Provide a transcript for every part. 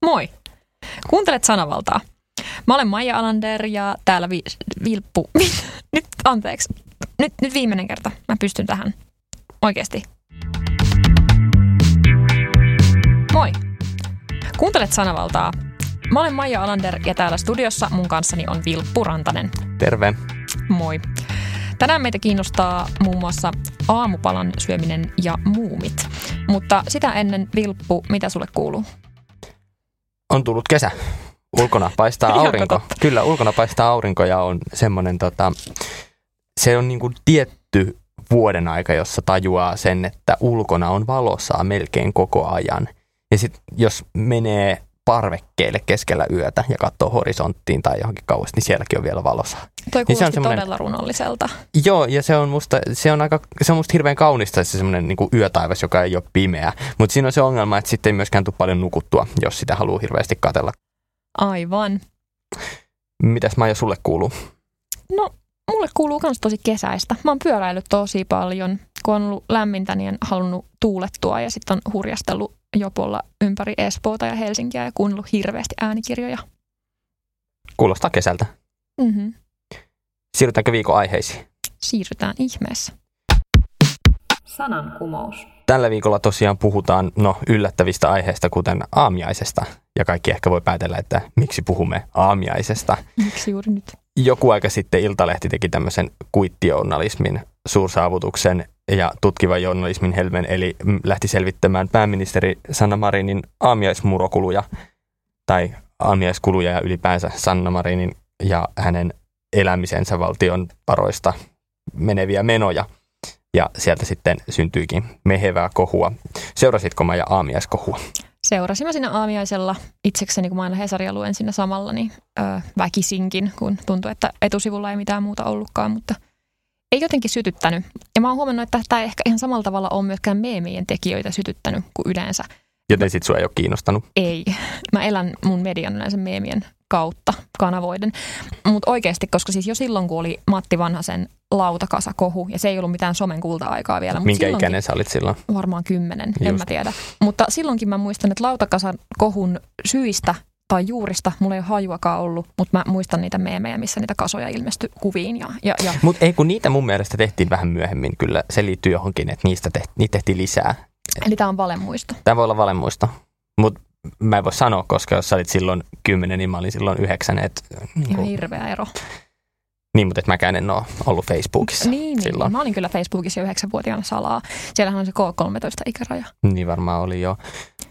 Moi! Kuuntelet Sanavaltaa. Mä olen Maija Alander ja täällä Vilppu. Nyt viimeinen kerta. Mä pystyn tähän. Oikeesti. Moi! Kuuntelet Sanavaltaa. Mä olen Maija Alander ja täällä studiossa mun kanssani on Vilppu Rantanen. Terve. Moi. Tänään meitä kiinnostaa muun muassa aamupalan syöminen ja muumit. Mutta sitä ennen, Vilppu, mitä sulle kuuluu? On tullut kesä. Ulkona paistaa aurinko. Kyllä, ulkona paistaa aurinko ja on semmoinen, se on niin kuin tietty vuoden aika, jossa tajuaa sen, että ulkona on valosaa melkein koko ajan. Ja sitten jos menee parvekkeelle keskellä yötä ja katsoo horisonttiin tai johonkin kauas, niin sielläkin on vielä valosaa. Toi kuulosti todella runolliselta. Joo, ja se on musta hirveän kaunista se semmoinen niin kuin yötaivas, joka ei ole pimeä. Mutta siinä on se ongelma, että sitten ei myöskään tule paljon nukuttua, jos sitä haluaa hirveästi katsella. Aivan. Mitäs Maija sulle kuuluu? No, mulle kuuluu myös tosi kesäistä. Mä oon pyöräillyt tosi paljon. Kun on ollut lämmintä, niin en halunnut tuulettua ja sitten on hurjastellut jopolla ympäri Espoota ja Helsinkiä ja kuunnellut hirveästi äänikirjoja. Kuulostaa kesältä. Mm-hmm. Siirrytäänkö viikon aiheisiin? Siirrytään ihmeessä. Sanankumous. Tällä viikolla tosiaan puhutaan yllättävistä aiheista, kuten aamiaisesta. Ja kaikki ehkä voi päätellä, että miksi puhumme aamiaisesta. Miksi juuri nyt? Joku aika sitten Iltalehti teki tämmöisen kuittijournalismin suursaavutuksen ja tutkivan journalismin helmen, eli lähti selvittämään pääministeri Sanna Marinin aamiaismurokuluja tai aamiaiskuluja ja ylipäänsä Sanna Marinin ja hänen elämisensä valtion varoista meneviä menoja. Ja sieltä sitten syntyikin mehevää kohua. Seurasitko Maija aamiaiskohua? Seurasin mä siinä aamiaisella itsekseni, kun mä aina Hesaria luen siinä samalla, niin väkisinkin, kun tuntui, että etusivulla ei mitään muuta ollutkaan, mutta ei jotenkin sytyttänyt. Ja mä oon huomannut, että tämä ei ehkä ihan samalla tavalla ole myöskään meemien tekijöitä sytyttänyt kuin yleensä. Joten sit sua ei ole kiinnostanut? Ei. Mä elän mun median yleensä meemien kautta kanavoiden. Mutta oikeasti, koska siis jo silloin, kun oli Matti Vanhasen lautakasakohu, ja se ei ollut mitään somen kulta-aikaa vielä. Minkä ikäinen sä olit silloin? Varmaan 10, en mä tiedä. Mutta silloinkin mä muistan, että lautakasan kohun syistä tai juurista mulla ei ole hajuakaan ollut, mutta mä muistan niitä meemejä, missä niitä kasoja ilmestyi kuviin. Mutta ei, kun niitä mun mielestä tehtiin vähän myöhemmin kyllä. Se liittyy johonkin, että niitä tehtiin lisää. Eli tämä on valemuisto. Tämä voi olla valemuisto, mutta mä en voi sanoa, koska jos sä olit silloin 10, niin mä olin silloin 9. Ihan hirveä ero. Niin, mutta mäkään en ole ollut Facebookissa silloin. Niin. Mä olin kyllä Facebookissa jo 9-vuotiaana salaa. Siellähän on se K13-ikäraja. Niin varmaan oli jo.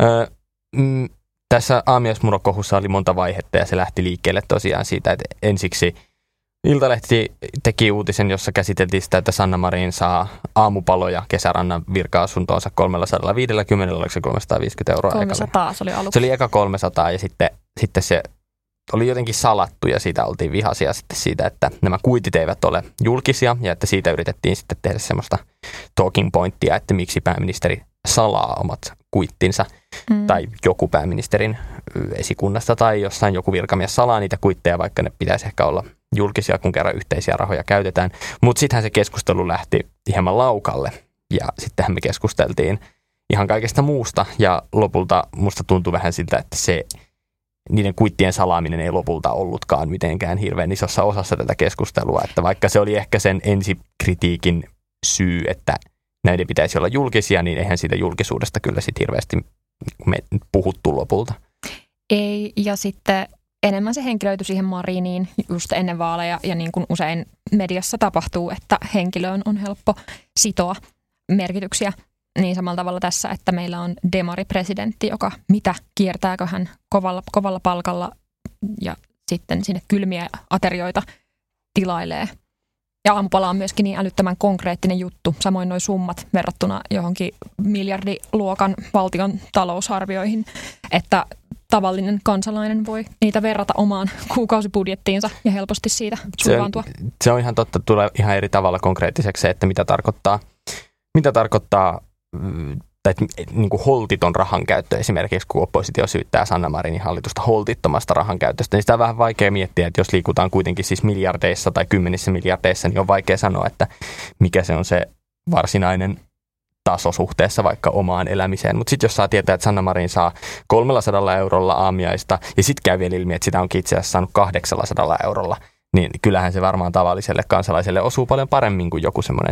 Tässä aamiaismurokohussa oli monta vaihetta ja se lähti liikkeelle tosiaan siitä, että ensiksi Iltalehti teki uutisen, jossa käsiteltiin sitä, että Sanna Marin saa aamupaloja kesärannan virka-asuntoonsa 350, oliko se 350 euroa? 300 se oli aluksi. Se oli eka 300 ja sitten se oli jotenkin salattu ja siitä oltiin vihaisia sitten siitä, että nämä kuitit eivät ole julkisia ja että siitä yritettiin sitten tehdä semmoista talking pointtia, että miksi pääministeri salaa omat kuittinsa tai joku pääministerin esikunnasta tai jossain joku virkamies salaa niitä kuitteja, vaikka ne pitäisi ehkä olla julkisia, kun kerran yhteisiä rahoja käytetään. Mutta sittenhän se keskustelu lähti hieman laukalle ja sittenhän me keskusteltiin ihan kaikesta muusta ja lopulta musta tuntui vähän siltä, että niiden kuittien salaaminen ei lopulta ollutkaan mitenkään hirveän isossa osassa tätä keskustelua, että vaikka se oli ehkä sen ensikritiikin syy, että näiden pitäisi olla julkisia, niin eihän siitä julkisuudesta kyllä sitten hirveästi puhuttu lopulta. Ei, ja sitten enemmän se henkilöity siihen Mariniin just ennen vaaleja, ja niin kuin usein mediassa tapahtuu, että henkilöön on helppo sitoa merkityksiä. Niin samalla tavalla tässä, että meillä on demaripresidentti, joka kiertääkö hän kovalla palkalla ja sitten sinne kylmiä aterioita tilailee. Ja aamupala on myöskin niin älyttömän konkreettinen juttu, samoin nuo summat verrattuna johonkin miljardiluokan valtion talousarvioihin, että tavallinen kansalainen voi niitä verrata omaan kuukausibudjettiinsa ja helposti siitä sulvaantua. Se on ihan totta, tulee ihan eri tavalla konkreettiseksi se, että mitä tarkoittaa tai niin kuin holtiton rahankäyttö esimerkiksi, kun oppositio syyttää Sanna Marinin hallitusta holtittomasta rahankäytöstä, niin sitä on vähän vaikea miettiä, että jos liikutaan kuitenkin siis miljardeissa tai 10 miljardeissa, niin on vaikea sanoa, että mikä se on se varsinainen taso suhteessa vaikka omaan elämiseen. Mutta sitten jos saa tietää, että Sanna Marin saa 300 eurolla aamiaista ja sitten käy vielä ilmi, että sitä onkin itse asiassa saanut 800 eurolla, niin kyllähän se varmaan tavalliselle kansalaiselle osuu paljon paremmin kuin joku semmoinen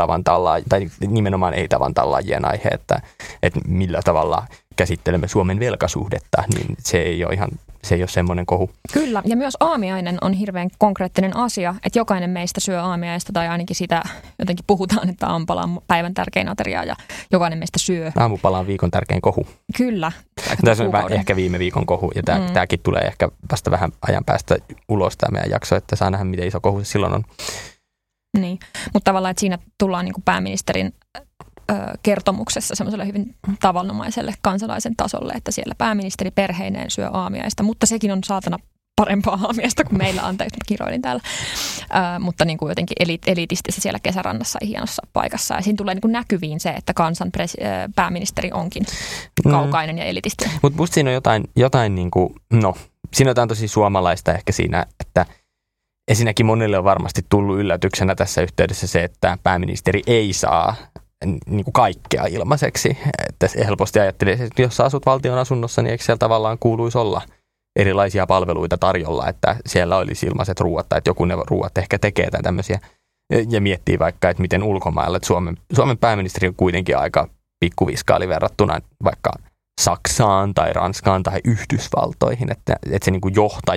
tai nimenomaan ei tavantallaajien aihe, että millä tavalla käsittelemme Suomen velkasuhdetta, niin se ei ole semmoinen kohu. Kyllä, ja myös aamiainen on hirveän konkreettinen asia, että jokainen meistä syö aamiaista, tai ainakin sitä jotenkin puhutaan, että aamupala on päivän tärkein ateria, ja jokainen meistä syö. Aamupala on viikon tärkein kohu. Kyllä. Tässä on ehkä viime viikon kohu, ja tämäkin tulee ehkä vasta vähän ajan päästä ulos tämä meidän jakso, että saa nähdä, miten iso kohu se silloin on. Niin, mutta tavallaan, että siinä tullaan niin kuin pääministerin kertomuksessa semmoiselle hyvin tavanomaiselle kansalaisen tasolle, että siellä pääministeri perheineen syö aamiaista, mutta sekin on saatana parempaa aamiaista kuin meillä, anteeksi, kiroilin täällä, mutta niin kuin jotenkin elitistissä siellä kesärannassa hienossa paikassa. Ja siinä tulee niin kuin näkyviin se, että kansan pääministeri onkin kaukainen ja elitisti. Mutta musta siinä on jotain niin kuin, siinä on jotain tosi suomalaista ehkä siinä, että ensinnäkin monille on varmasti tullut yllätyksenä tässä yhteydessä se, että pääministeri ei saa niin kuin kaikkea ilmaiseksi. Että helposti ajattelee, että jos asut valtion asunnossa, niin eikö siellä tavallaan kuuluisi olla erilaisia palveluita tarjolla, että siellä olisi ilmaiset ruuat tai että joku ne ruuat ehkä tekee tai tämmöisiä. Ja miettii vaikka, että miten ulkomailla, että Suomen pääministeri on kuitenkin aika pikkuviskaali verrattuna vaikka Saksaan tai Ranskaan tai Yhdysvaltoihin, että se niin kuin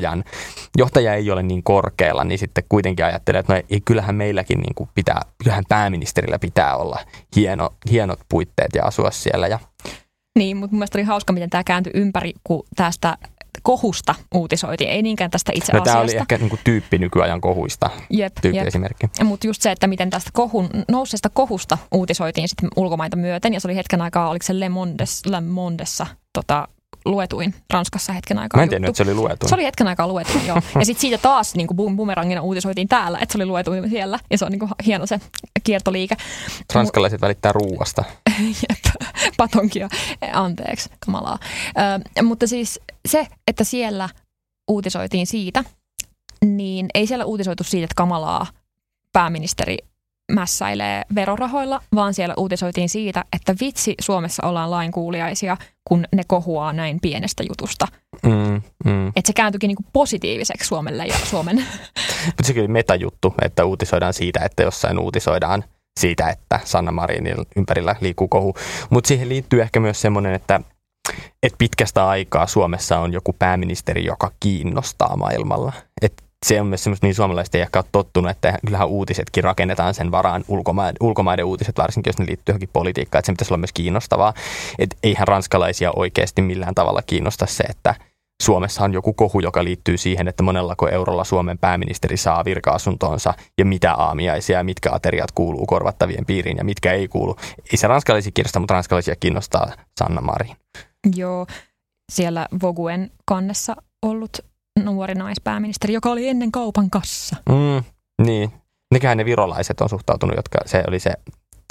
johtaja ei ole niin korkealla, niin sitten kuitenkin ajattelee, että kyllähän meilläkin niin kuin kyllähän pääministerillä pitää olla hienot puitteet ja asua siellä. Niin, mutta mun mielestä oli hauska, miten tämä kääntyi ympäri, kun tästä kohusta uutisoitiin, ei niinkään tästä itse asiasta. Tämä oli ehkä niin kuin tyyppi nykyajan kohuista, tyyppiesimerkki. Mutta just se, että miten tästä nousseesta kohusta uutisoitiin sitten ulkomaita myöten, ja se oli hetken aikaa, oliko se Le Mondessa luetuin Ranskassa hetken aikaa. Mä en tiennyt, että se oli luetuin. Se oli hetken aikaa luetuin, joo. Ja sitten siitä taas niin kuin bumerangina uutisoitiin täällä, että se oli luetuin siellä, ja se on niin kuin hieno se kiertoliike. Ranskalaiset välittää ruuasta. Jep, patonkia, anteeksi, kamalaa. Mutta siis se, että siellä uutisoitiin siitä, niin ei siellä uutisoitu siitä, että kamalaa pääministeri mässäilee verorahoilla, vaan siellä uutisoitiin siitä, että vitsi, Suomessa ollaan lainkuuliaisia, kun ne kohuaa näin pienestä jutusta. Että se kääntyikin niinku positiiviseksi Suomelle ja Suomen. Mutta sekin oli metajuttu, että uutisoidaan siitä, että jossain uutisoidaan siitä, että Sanna Marinin ympärillä liikkuu kohu. Mutta siihen liittyy ehkä myös semmoinen, että pitkästä aikaa Suomessa on joku pääministeri, joka kiinnostaa maailmalla. Että se on myös semmoista, niin suomalaiset ei ehkä ole tottunut, että kyllähän uutisetkin rakennetaan sen varaan, ulkomaiden uutiset, varsinkin jos ne liittyy johonkin politiikkaan, että se pitäisi olla myös kiinnostavaa. Että eihän ranskalaisia oikeasti millään tavalla kiinnosta se, että Suomessa on joku kohu, joka liittyy siihen, että monellako eurolla Suomen pääministeri saa virka-asuntoonsa ja mitä aamiaisia ja mitkä ateriat kuuluu korvattavien piiriin ja mitkä ei kuulu. Ei se ranskalaisia kiinnosta, mutta ranskalaisia kiinnostaa Sanna Marin. Joo, siellä Voguen kannessa ollut nuori naispääministeri, joka oli ennen kaupan kassa. Niin, neköhän ne virolaiset on suhtautunut, se oli se,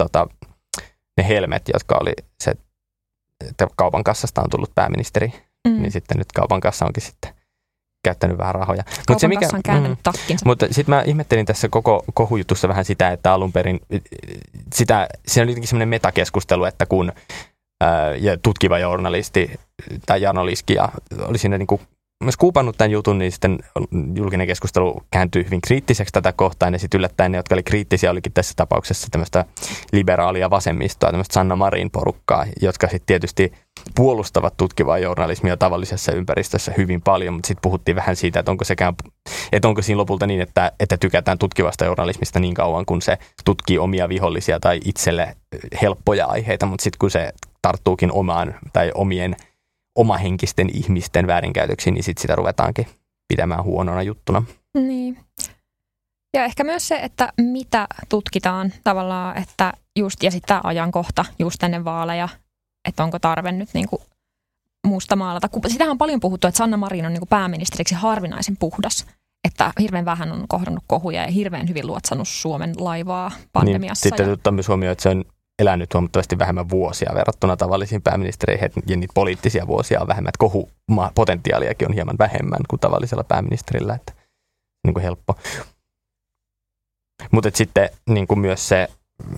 ne helmet, jotka oli se, että kaupan kassasta on tullut pääministeri. Niin sitten nyt kaupan kassa onkin sitten käyttänyt vähän rahoja. Kaupan kassa on kääntänyt takkinsa. Mutta sitten mä ihmettelin tässä koko kohujutussa vähän sitä, että alun perin, siinä oli jotenkin semmoinen metakeskustelu, että kun ja tutkiva journalisti tai Jarno Liskija oli siinä niin kuin myös kuupannut tämän jutun, niin sitten julkinen keskustelu kääntyi hyvin kriittiseksi tätä kohtaan, ja sitten yllättäen ne, jotka oli kriittisiä, olikin tässä tapauksessa tämmöistä liberaalia vasemmistoa, tämmöistä Sanna Marin porukkaa, jotka sitten tietysti puolustavat tutkivaa journalismia tavallisessa ympäristössä hyvin paljon, mutta sitten puhuttiin vähän siitä, että onko siinä lopulta niin, että tykätään tutkivasta journalismista niin kauan, kun se tutkii omia vihollisia tai itselle helppoja aiheita, mutta sitten kun se tarttuukin omaan tai omien omahenkisten ihmisten väärinkäytöksiin, niin sitten sitä ruvetaankin pitämään huonona juttuna. Niin. Ja ehkä myös se, että mitä tutkitaan tavallaan, että just, ja sitten tämä ajankohta just ennen vaaleja, että onko tarve nyt niinku mustamaalata. Sitähän on paljon puhuttu, että Sanna Marin on niinku pääministeriksi harvinaisen puhdas, että hirveän vähän on kohdannut kohuja ja hirveän hyvin luotsannut Suomen laivaa pandemiassa. Niin, sitten ottamme huomioon, että se on elänyt huomattavasti vähemmän vuosia verrattuna tavallisiin pääministereihin, ja niitä poliittisia vuosia on vähemmän, että kohupotentiaaliakin on hieman vähemmän kuin tavallisella pääministerillä, että niin kuin helppo. Mutta sitten niin kuin myös se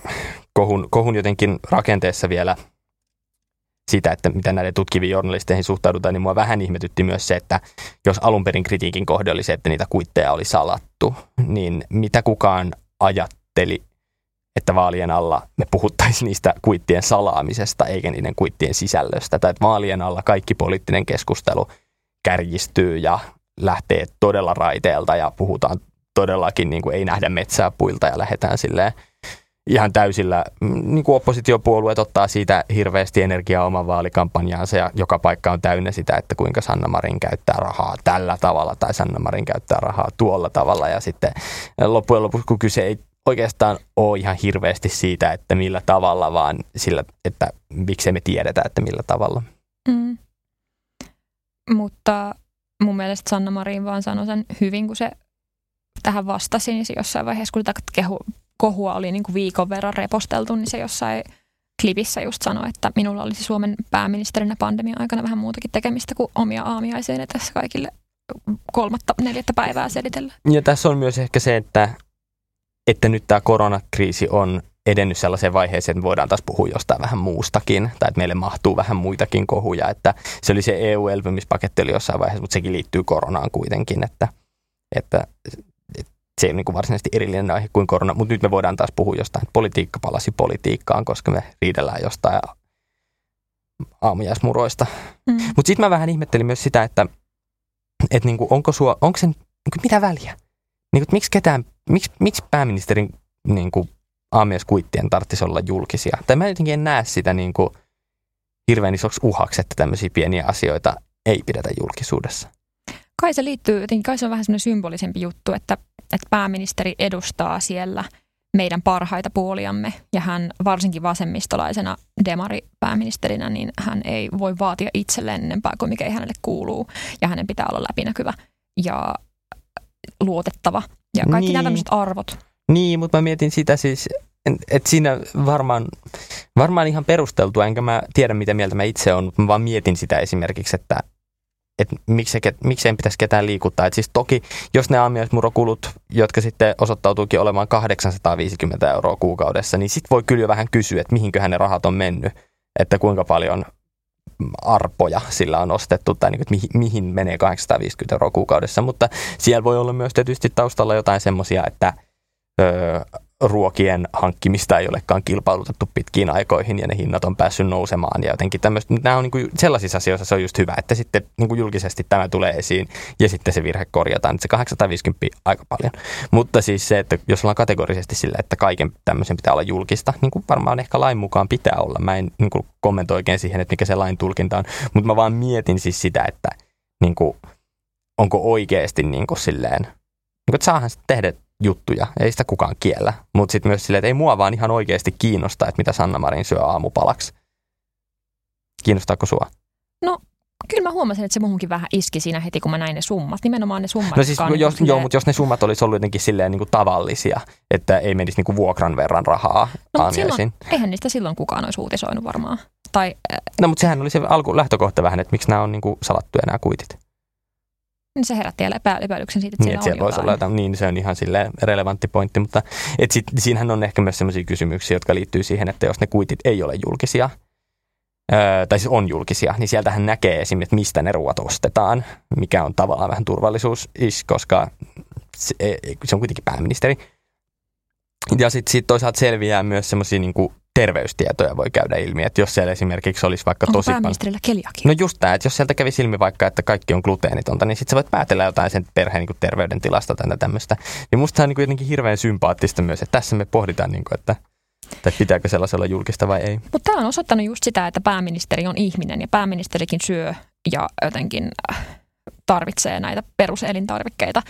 kohun jotenkin rakenteessa vielä sitä, että miten näiden tutkiviin journalisteihin suhtaudutaan, niin mua vähän ihmetytti myös se, että jos alun perin kritiikin kohde oli se, että niitä kuitteja oli salattu, niin mitä kukaan ajatteli, että vaalien alla me puhuttaisiin niistä kuittien salaamisesta eikä niiden kuittien sisällöstä. Tai että vaalien alla kaikki poliittinen keskustelu kärjistyy ja lähtee todella raiteelta ja puhutaan todellakin niin kuin ei nähdä metsää puilta ja lähdetään silleen ihan täysillä, niin kuin oppositiopuolueet ottaa siitä hirveästi energiaa oman vaalikampanjaansa ja joka paikka on täynnä sitä, että kuinka Sanna Marin käyttää rahaa tällä tavalla tai Sanna Marin käyttää rahaa tuolla tavalla ja sitten loppujen lopuksi, kun kyse ei oikeastaan ole ihan hirveästi siitä, että millä tavalla, vaan sillä, että miksei me tiedetä, että millä tavalla. Mutta mun mielestä Sanna Marin vaan sanoi sen hyvin, kun se tähän vastasi, niin se jossain vaiheessa, kun tätä kohua oli niin kuin viikon verran reposteltu, niin se jossain klipissä just sanoi, että minulla olisi Suomen pääministerinä pandemian aikana vähän muutakin tekemistä kuin omia aamiaiseen tässä kaikille 3. 4. päivää selitellä. Ja tässä on myös ehkä se, että nyt tämä koronakriisi on edennyt sellaiseen vaiheeseen, että me voidaan taas puhua jostain vähän muustakin, tai että meille mahtuu vähän muitakin kohuja, että se oli se EU-elpymispaketti oli jossain vaiheessa, mutta sekin liittyy koronaan kuitenkin, että se ei ole niin kuin varsinaisesti erillinen aihe kuin korona, mutta nyt me voidaan taas puhua jostain, että politiikka palasi politiikkaan, koska me riidellään jostain aamujaismuroista. Mutta sitten mä vähän ihmettelin myös sitä, että niin kuin onko sen niin kuin mitä väliä? Niin kuin, miksi pääministerin niin kuin aamiaiskuittien tarvitsisi olla julkisia? Tai mä jotenkin en näe sitä niin kuin hirveän isoksi uhaksi, että tämmöisiä pieniä asioita ei pidetä julkisuudessa. Kai se liittyy, kai se on vähän semmoinen symbolisempi juttu, että pääministeri edustaa siellä meidän parhaita puoliamme ja hän varsinkin vasemmistolaisena demaripääministerinä, niin hän ei voi vaatia itselleen enempää kuin mikä ei hänelle kuuluu ja hänen pitää olla läpinäkyvä ja luotettava ja kaikki nämä tämmöiset arvot. Niin, mutta mä mietin sitä siis, että siinä varmaan ihan perusteltua, enkä mä tiedä mitä mieltä mä itse olen, mutta mä vaan mietin sitä esimerkiksi, että miksei pitäisi ketään liikuttaa. Et siis toki, jos ne aamiaismurokulut, jotka sitten osoittautuukin olemaan 850 € kuukaudessa, niin sitten voi kyllä jo vähän kysyä, että mihinköhän ne rahat on mennyt, että kuinka paljon arpoja sillä on ostettu tai niin, että mihin menee 850 € kuukaudessa. Mutta siellä voi olla myös tietysti taustalla jotain semmoisia, että ruokien hankkimista ei olekaan kilpailutettu pitkiin aikoihin ja ne hinnat on päässyt nousemaan ja jotenkin tämmöistä. Nämä on niin kuin sellaisissa asioissa se on just hyvä, että sitten niin kuin julkisesti tämä tulee esiin ja sitten se virhe korjataan. Että se 850 aika paljon. Mutta siis se, että jos ollaan kategorisesti sillä, että kaiken tämmöisen pitää olla julkista, niin kuin varmaan ehkä lain mukaan pitää olla. Mä en niin kuin kommentoi oikein siihen, että mikä se lain tulkinta on, mutta mä vaan mietin siis sitä, että niin kuin, onko oikeasti niin kuin silleen, niin kuin, että saahan sitten tehdä juttuja, ei sitä kukaan kiellä. Mutta sitten myös silleen, että ei mua vaan ihan oikeasti kiinnosta, että mitä Sanna Marin syö aamupalaksi. Kiinnostaako sua? No, kyllä mä huomasin, että se muuhunkin vähän iski siinä heti, kun mä näin ne summat. Nimenomaan ne summat. No siis, mutta jos ne summat olisi ollut jotenkin silleen niin kuin tavallisia, että ei menisi niin kuin vuokran verran rahaa aamiaisiin. Eihän niistä silloin kukaan olisi uutisoinut varmaan. No, mutta sehän oli se lähtökohta vähän, että miksi nämä on niin kuin salattuja nämä kuitit. Niin se herätti epäilyksen siitä, että niin, siellä voisi olla jotain. Niin, se on ihan silleen relevantti pointti, mutta siinähän on ehkä myös sellaisia kysymyksiä, jotka liittyy siihen, että jos ne kuitit ei ole julkisia, tai siis on julkisia, niin sieltähän näkee esimerkiksi, että mistä ne ruoat ostetaan, mikä on tavallaan vähän turvallisuus, koska se on kuitenkin pääministeri. Ja sitten toisaalta selviää myös semmoisia niin kuin terveystietoja voi käydä ilmi, että jos siellä esimerkiksi olisi vaikka onko pääministerillä keliakia? No just tämä, että jos sieltä kävisi ilmi vaikka, että kaikki on gluteenitonta, niin sitten sä voit päätellä jotain sen perheen niin kuin terveydentilasta tai tämmöistä. Niin musta on niin kuin jotenkin hirveän sympaattista myös, että tässä me pohditaan, niin kuin, että pitääkö sellaisen olla julkista vai ei. Mutta tämä on osoittanut just sitä, että pääministeri on ihminen ja pääministerikin syö ja jotenkin tarvitsee näitä peruselintarvikkeita,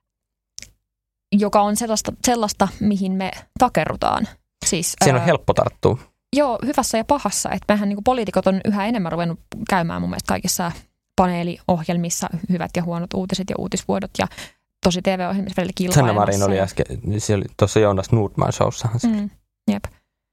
joka on sellaista mihin me takerrutaan. Siis, siinä on helppo tarttua. Joo, hyvässä ja pahassa. Että mehän niin poliitikot on yhä enemmän ruvennut käymään mun mielestä kaikissa paneeliohjelmissa hyvät ja huonot uutiset ja uutisvuodot ja tosi TV-ohjelmissa välillä kilpailemassa. Sanna Marin oli äsken, se oli tuossa Jonas Nordman showssahan se. Jep.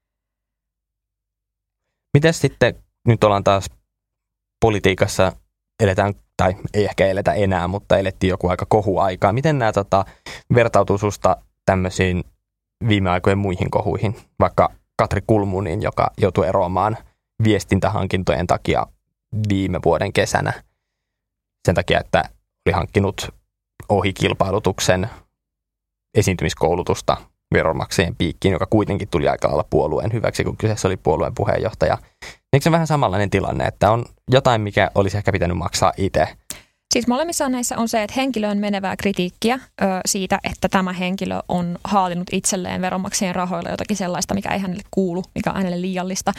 Mites sitten, nyt ollaan taas politiikassa, eletään, tai ei ehkä eletä enää, mutta elettiin joku aika kohuaikaa. Miten nämä vertautuu susta tämmöisiin viime aikojen muihin kohuihin, vaikka Katri Kulmunin, joka joutui eroamaan viestintähankintojen takia viime vuoden kesänä. Sen takia, että oli hankkinut ohi kilpailutuksen esiintymiskoulutusta veronmaksajien piikkiin, joka kuitenkin tuli aika lailla puolueen hyväksi, kun kyseessä oli puolueen puheenjohtaja. Eikö se vähän samanlainen tilanne, että on jotain, mikä olisi ehkä pitänyt maksaa itse? Siis molemmissa näissä on se, että henkilöön menevää kritiikkiä siitä, että tämä henkilö on haalinut itselleen veronmaksajien rahoilla jotakin sellaista, mikä ei hänelle kuulu, mikä on hänelle liiallista.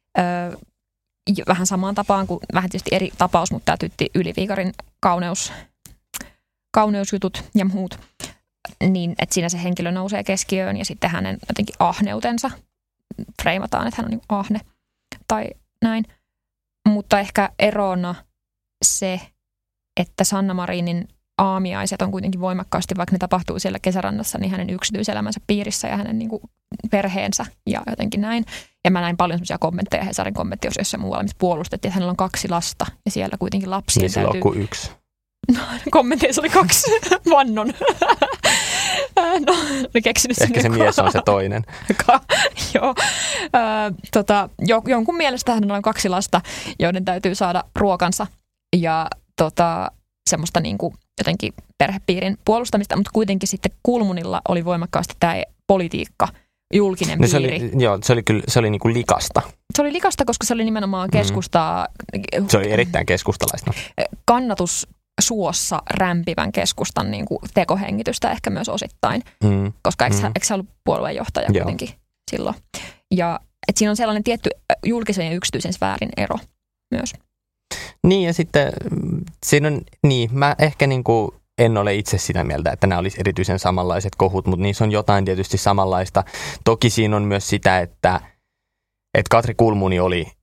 Vähän samaan tapaan kuin, vähän tietysti eri tapaus, mutta tämä Tytti Yli-Viikarin kauneusjutut ja muut. Niin, että siinä se henkilö nousee keskiöön ja sitten hänen jotenkin ahneutensa freimataan, että hän on niin ahne tai näin. Mutta ehkä erona se, että Sanna Marinin aamiaiset on kuitenkin voimakkaasti, vaikka ne tapahtuu siellä Kesärannassa, niin hänen yksityiselämänsä piirissä ja hänen niin kuin perheensä ja jotenkin näin. Ja mä näin paljon sellaisia kommentteja Hesarin kommenttiossa, jossa muualla, missä puolustettiin, että hänellä on 2 lasta ja siellä kuitenkin lapsia niin täytyy... Niin silloin 1. No, kommenteissa oli 2 vannon. No, oli keksinyt sinne. Ehkä se mies on se toinen. Joo. Jonkun mielestä hänellä on 2 lasta, joiden täytyy saada ruokansa ja semmoista niin kuin jotenkin perhepiirin puolustamista, mutta kuitenkin sitten Kulmunilla oli voimakkaasti tämä politiikka, julkinen piiri. Se oli niin kuin likasta. Se oli likasta, koska se oli nimenomaan keskustaa. Se oli erittäin keskustalaista. Kannatus suossa rämpivän keskustan niin kuin tekohengitystä ehkä myös osittain, koska eikö se ollut puolueenjohtaja kuitenkin silloin. Ja että siinä on sellainen tietty julkisen ja yksityisen sfäärin ero myös. Niin ja sitten siinä on, mä ehkä niin kuin en ole itse sitä mieltä, että nämä olisi erityisen samanlaiset kohut, mutta niissä on jotain tietysti samanlaista. Toki siinä on myös sitä, että Katri Kulmuni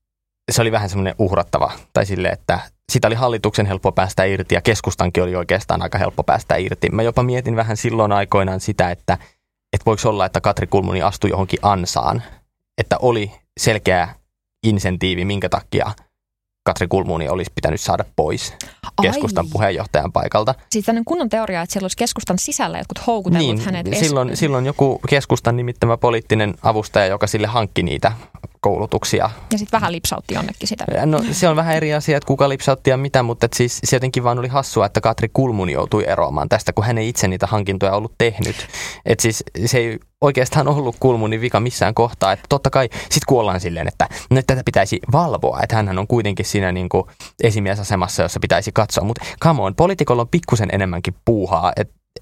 se oli vähän semmoinen uhrattava, tai silleen, että sitä oli hallituksen helppo päästä irti ja keskustankin oli oikeastaan aika helppo päästä irti. Mä jopa mietin vähän silloin aikoinaan sitä, että voiko olla, että Katri Kulmuni astui johonkin ansaan, että oli selkeä insentiivi, minkä takia Katri Kulmuni olisi pitänyt saada pois keskustan puheenjohtajan paikalta. Siis tämmöinen kunnon teoria, että siellä olisi keskustan sisällä jotkut houkutellut hänet. Silloin joku keskustan nimittämä poliittinen avustaja, joka sille hankki niitä koulutuksia. Ja sitten vähän lipsautti jonnekin sitä. No se on vähän eri asia, että kuka lipsautti ja mitä, mutta siis se jotenkin vaan oli hassua, että Katri Kulmuni joutui eroamaan tästä, kun hän ei itse niitä hankintoja ollut tehnyt. Että siis se ei oikeastaan ollut Kulmunin vika missään kohtaa. Että totta kai sitten kuollaan silleen, että nyt tätä pitäisi valvoa, että hänhän on kuitenkin siinä niin kuin esimiesasemassa, jossa pitäisi katsoa. Mutta come on, poliitikolla on pikkusen enemmänkin puuhaa,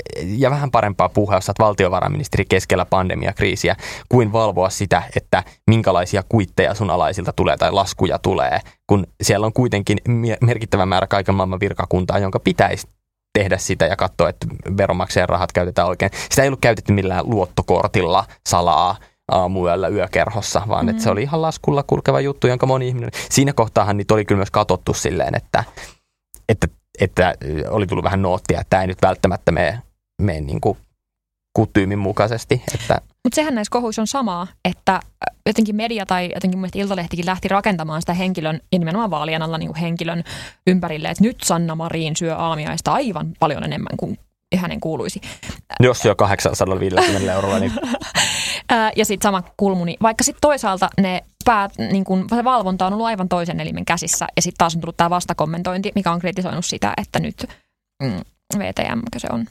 ja vähän parempaa puuhaa, jos olet valtiovarainministeri keskellä pandemiakriisiä, kuin valvoa sitä, että minkälaisia kuitteja sun alaisilta tulee tai laskuja tulee, kun siellä on kuitenkin merkittävä määrä kaiken maailman virkakuntaa, jonka pitäisi tehdä sitä ja katsoa, että veronmaksajan rahat käytetään oikein. Sitä ei ollut käytetty millään luottokortilla salaa aamuyöllä yökerhossa, vaan että se oli ihan laskulla kulkeva juttu, jonka moni ihminen... Siinä kohtaahan niitä oli kyllä myös katsottu silleen, että oli tullut vähän noottia, että tämä ei nyt välttämättä mene niin kuin kutyymin mukaisesti. Mutta sehän näissä kohuissa on samaa, että jotenkin media tai jotenkin mielestäni Iltalehtikin lähti rakentamaan sitä henkilön, ja nimenomaan vaalien alla niin kuin henkilön ympärille, että nyt Sanna Marin syö aamiaista aivan paljon enemmän kuin hänen kuuluisi. Jos syö 850 €, niin... Ja sitten sama Kulmuni, vaikka sitten toisaalta niin kun, se valvonta on ollut aivan toisen elimen käsissä, ja sitten taas on tullut tämä vastakommentointi, mikä on kritisoinut sitä, että nyt VTM, se on,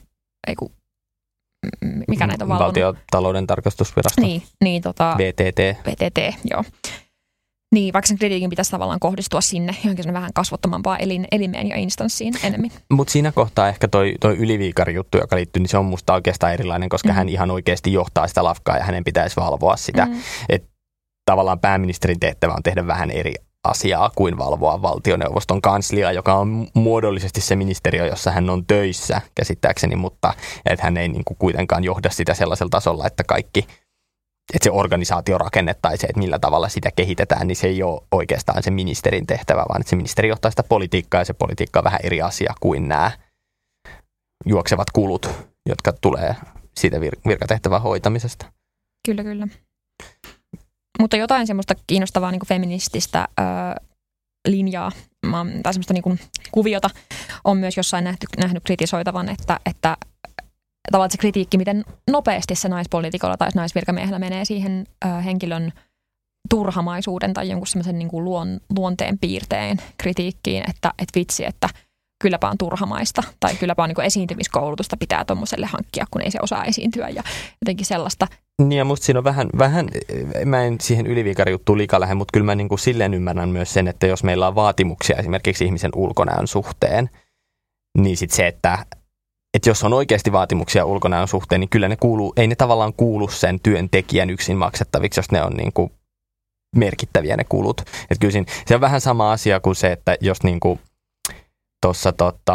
mikä näitä on valvonut? Valtiotalouden tarkastusvirasto. Niin, VTT, joo. Niin, vaikka sen kritiikin pitäisi tavallaan kohdistua sinne johonkin vähän kasvottomampaan elimeen ja instanssiin enemmän. Mutta siinä kohtaa ehkä toi Yli-Viikarin juttu, joka liittyy, niin se on musta oikeastaan erilainen, koska hän ihan oikeasti johtaa sitä lafkaa ja hänen pitäisi valvoa sitä. Että tavallaan pääministerin tehtävä on tehdä vähän eri asiaa kuin valvoa valtioneuvoston kansliaa, joka on muodollisesti se ministeriö, jossa hän on töissä käsittääkseni, mutta että hän ei niin kuin kuitenkaan johda sitä sellaisella tasolla, että kaikki... Että se organisaatiorakenne tai se, että millä tavalla sitä kehitetään, niin se ei ole oikeastaan se ministerin tehtävä, vaan että se ministeri johtaa sitä politiikkaa ja se politiikka on vähän eri asia kuin nämä juoksevat kulut, jotka tulee siitä virkatehtävän hoitamisesta. Kyllä. Mutta jotain semmoista kiinnostavaa niin kuin feminististä linjaa tai semmoista niin kuin kuviota on myös jossain nähnyt kritisoitavan, että tavallaan se kritiikki, miten nopeasti se naispoliitikolla tai naisvirkamiehellä menee siihen henkilön turhamaisuuden tai jonkun semmoisen niin kuin luonteen piirteen kritiikkiin, että vitsi, että kylläpä on turhamaista tai kylläpä on niin kuin esiintymiskoulutusta pitää tuommoiselle hankkia, kun ei se osaa esiintyä ja jotenkin sellaista. Niin ja musta siinä on vähän mä en siihen yliviikarijuttuun liikaa lähde, mutta kyllä mä niin kuin silleen ymmärrän myös sen, että jos meillä on vaatimuksia esimerkiksi ihmisen ulkonäön suhteen, niin sitten se, että jos on oikeasti vaatimuksia ulkonäön suhteen, niin kyllä ei ne tavallaan kuulu sen työntekijän yksin maksettaviksi, jos ne on niin kuin merkittäviä ne kulut. Että kyllä siinä, se on vähän sama asia kuin se, että jos niin kuin tuossa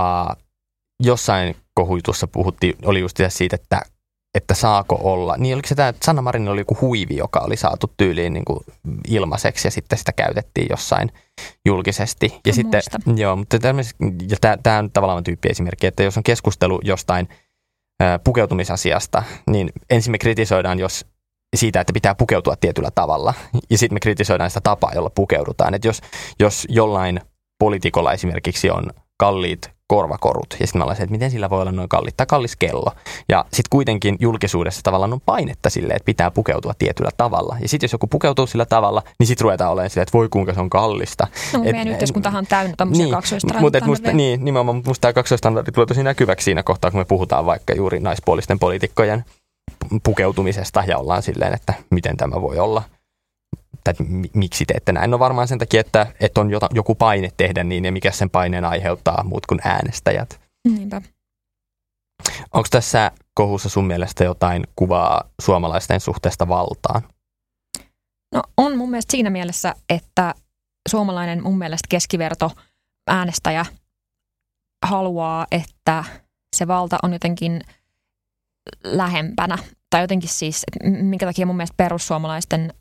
jossain kohuitussa puhuttiin, oli just siitä, että saako olla. Niin oliko se tämä, että Sanna Marinilla oli joku huivi, joka oli saatu tyyliin niin kuin ilmaiseksi ja sitten sitä käytettiin jossain julkisesti. Ja sitten, joo, mutta tämä on tavallaan tyyppiesimerkki, että jos on keskustelu jostain pukeutumisasiasta, niin ensin me kritisoidaan siitä, että pitää pukeutua tietyllä tavalla. Ja sitten me kritisoidaan sitä tapaa, jolla pukeudutaan. Että jos jollain poliitikolla esimerkiksi on kalliit korvakorut, ja sitten me ollaan se, että miten sillä voi olla noin kalliit, tai kallis kello. Ja sitten kuitenkin julkisuudessa tavallaan on painetta silleen, että pitää pukeutua tietyllä tavalla. Ja sitten jos joku pukeutuu sillä tavalla, niin sitten ruvetaan olemaan silleen, että voi kuinka se on kallista. No meidän yhteiskuntahan on täynnä tämmöisiä kaksoistandardit. Nimenomaan musta tämä kaksoistandardit tulee tosi näkyväksi siinä kohtaa, kun me puhutaan vaikka juuri naispuolisten poliitikkojen pukeutumisesta, ja ollaan silleen, että miten tämä voi olla. Että miksi teette näin? No varmaan sen takia, että on joku paine tehdä niin, ja mikä sen paineen aiheuttaa muut kuin äänestäjät. Niinpä. Onko tässä kohussa sun mielestä jotain kuvaa suomalaisten suhteesta valtaan? No on mun mielestä siinä mielessä, että suomalainen mun mielestä keskiverto äänestäjä haluaa, että se valta on jotenkin lähempänä. Tai jotenkin siis, minkä takia mun mielestä perussuomalaisten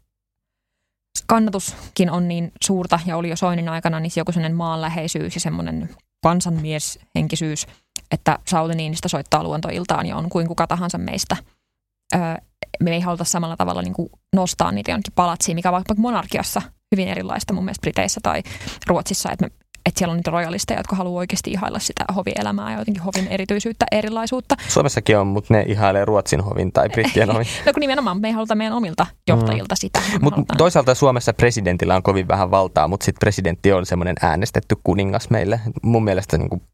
kannatuskin on niin suurta ja oli jo Soinin aikana, niin joku sellainen maanläheisyys ja semmoinen kansanmieshenkisyys, että Sauli Niinistö soittaa luontoiltaan ja on kuin kuka tahansa meistä. Me ei haluta samalla tavalla niin kuin nostaa niitä jonnekin palatsiin, mikä vaikka monarkiassa hyvin erilaista mun mielestä Briteissä tai Ruotsissa, että siellä on niitä rojalisteja, jotka haluaa oikeasti ihailla sitä hovielämää ja jotenkin hovin erityisyyttä, erilaisuutta. Suomessakin on, mutta ne ihailee Ruotsin hovin tai Brittien hovin. No kun nimenomaan, me ei haluta meidän omilta johtajilta sitä. Mutta toisaalta Suomessa presidentillä on kovin vähän valtaa, mutta sitten presidentti on semmoinen äänestetty kuningas meille. Mun mielestä niin kuin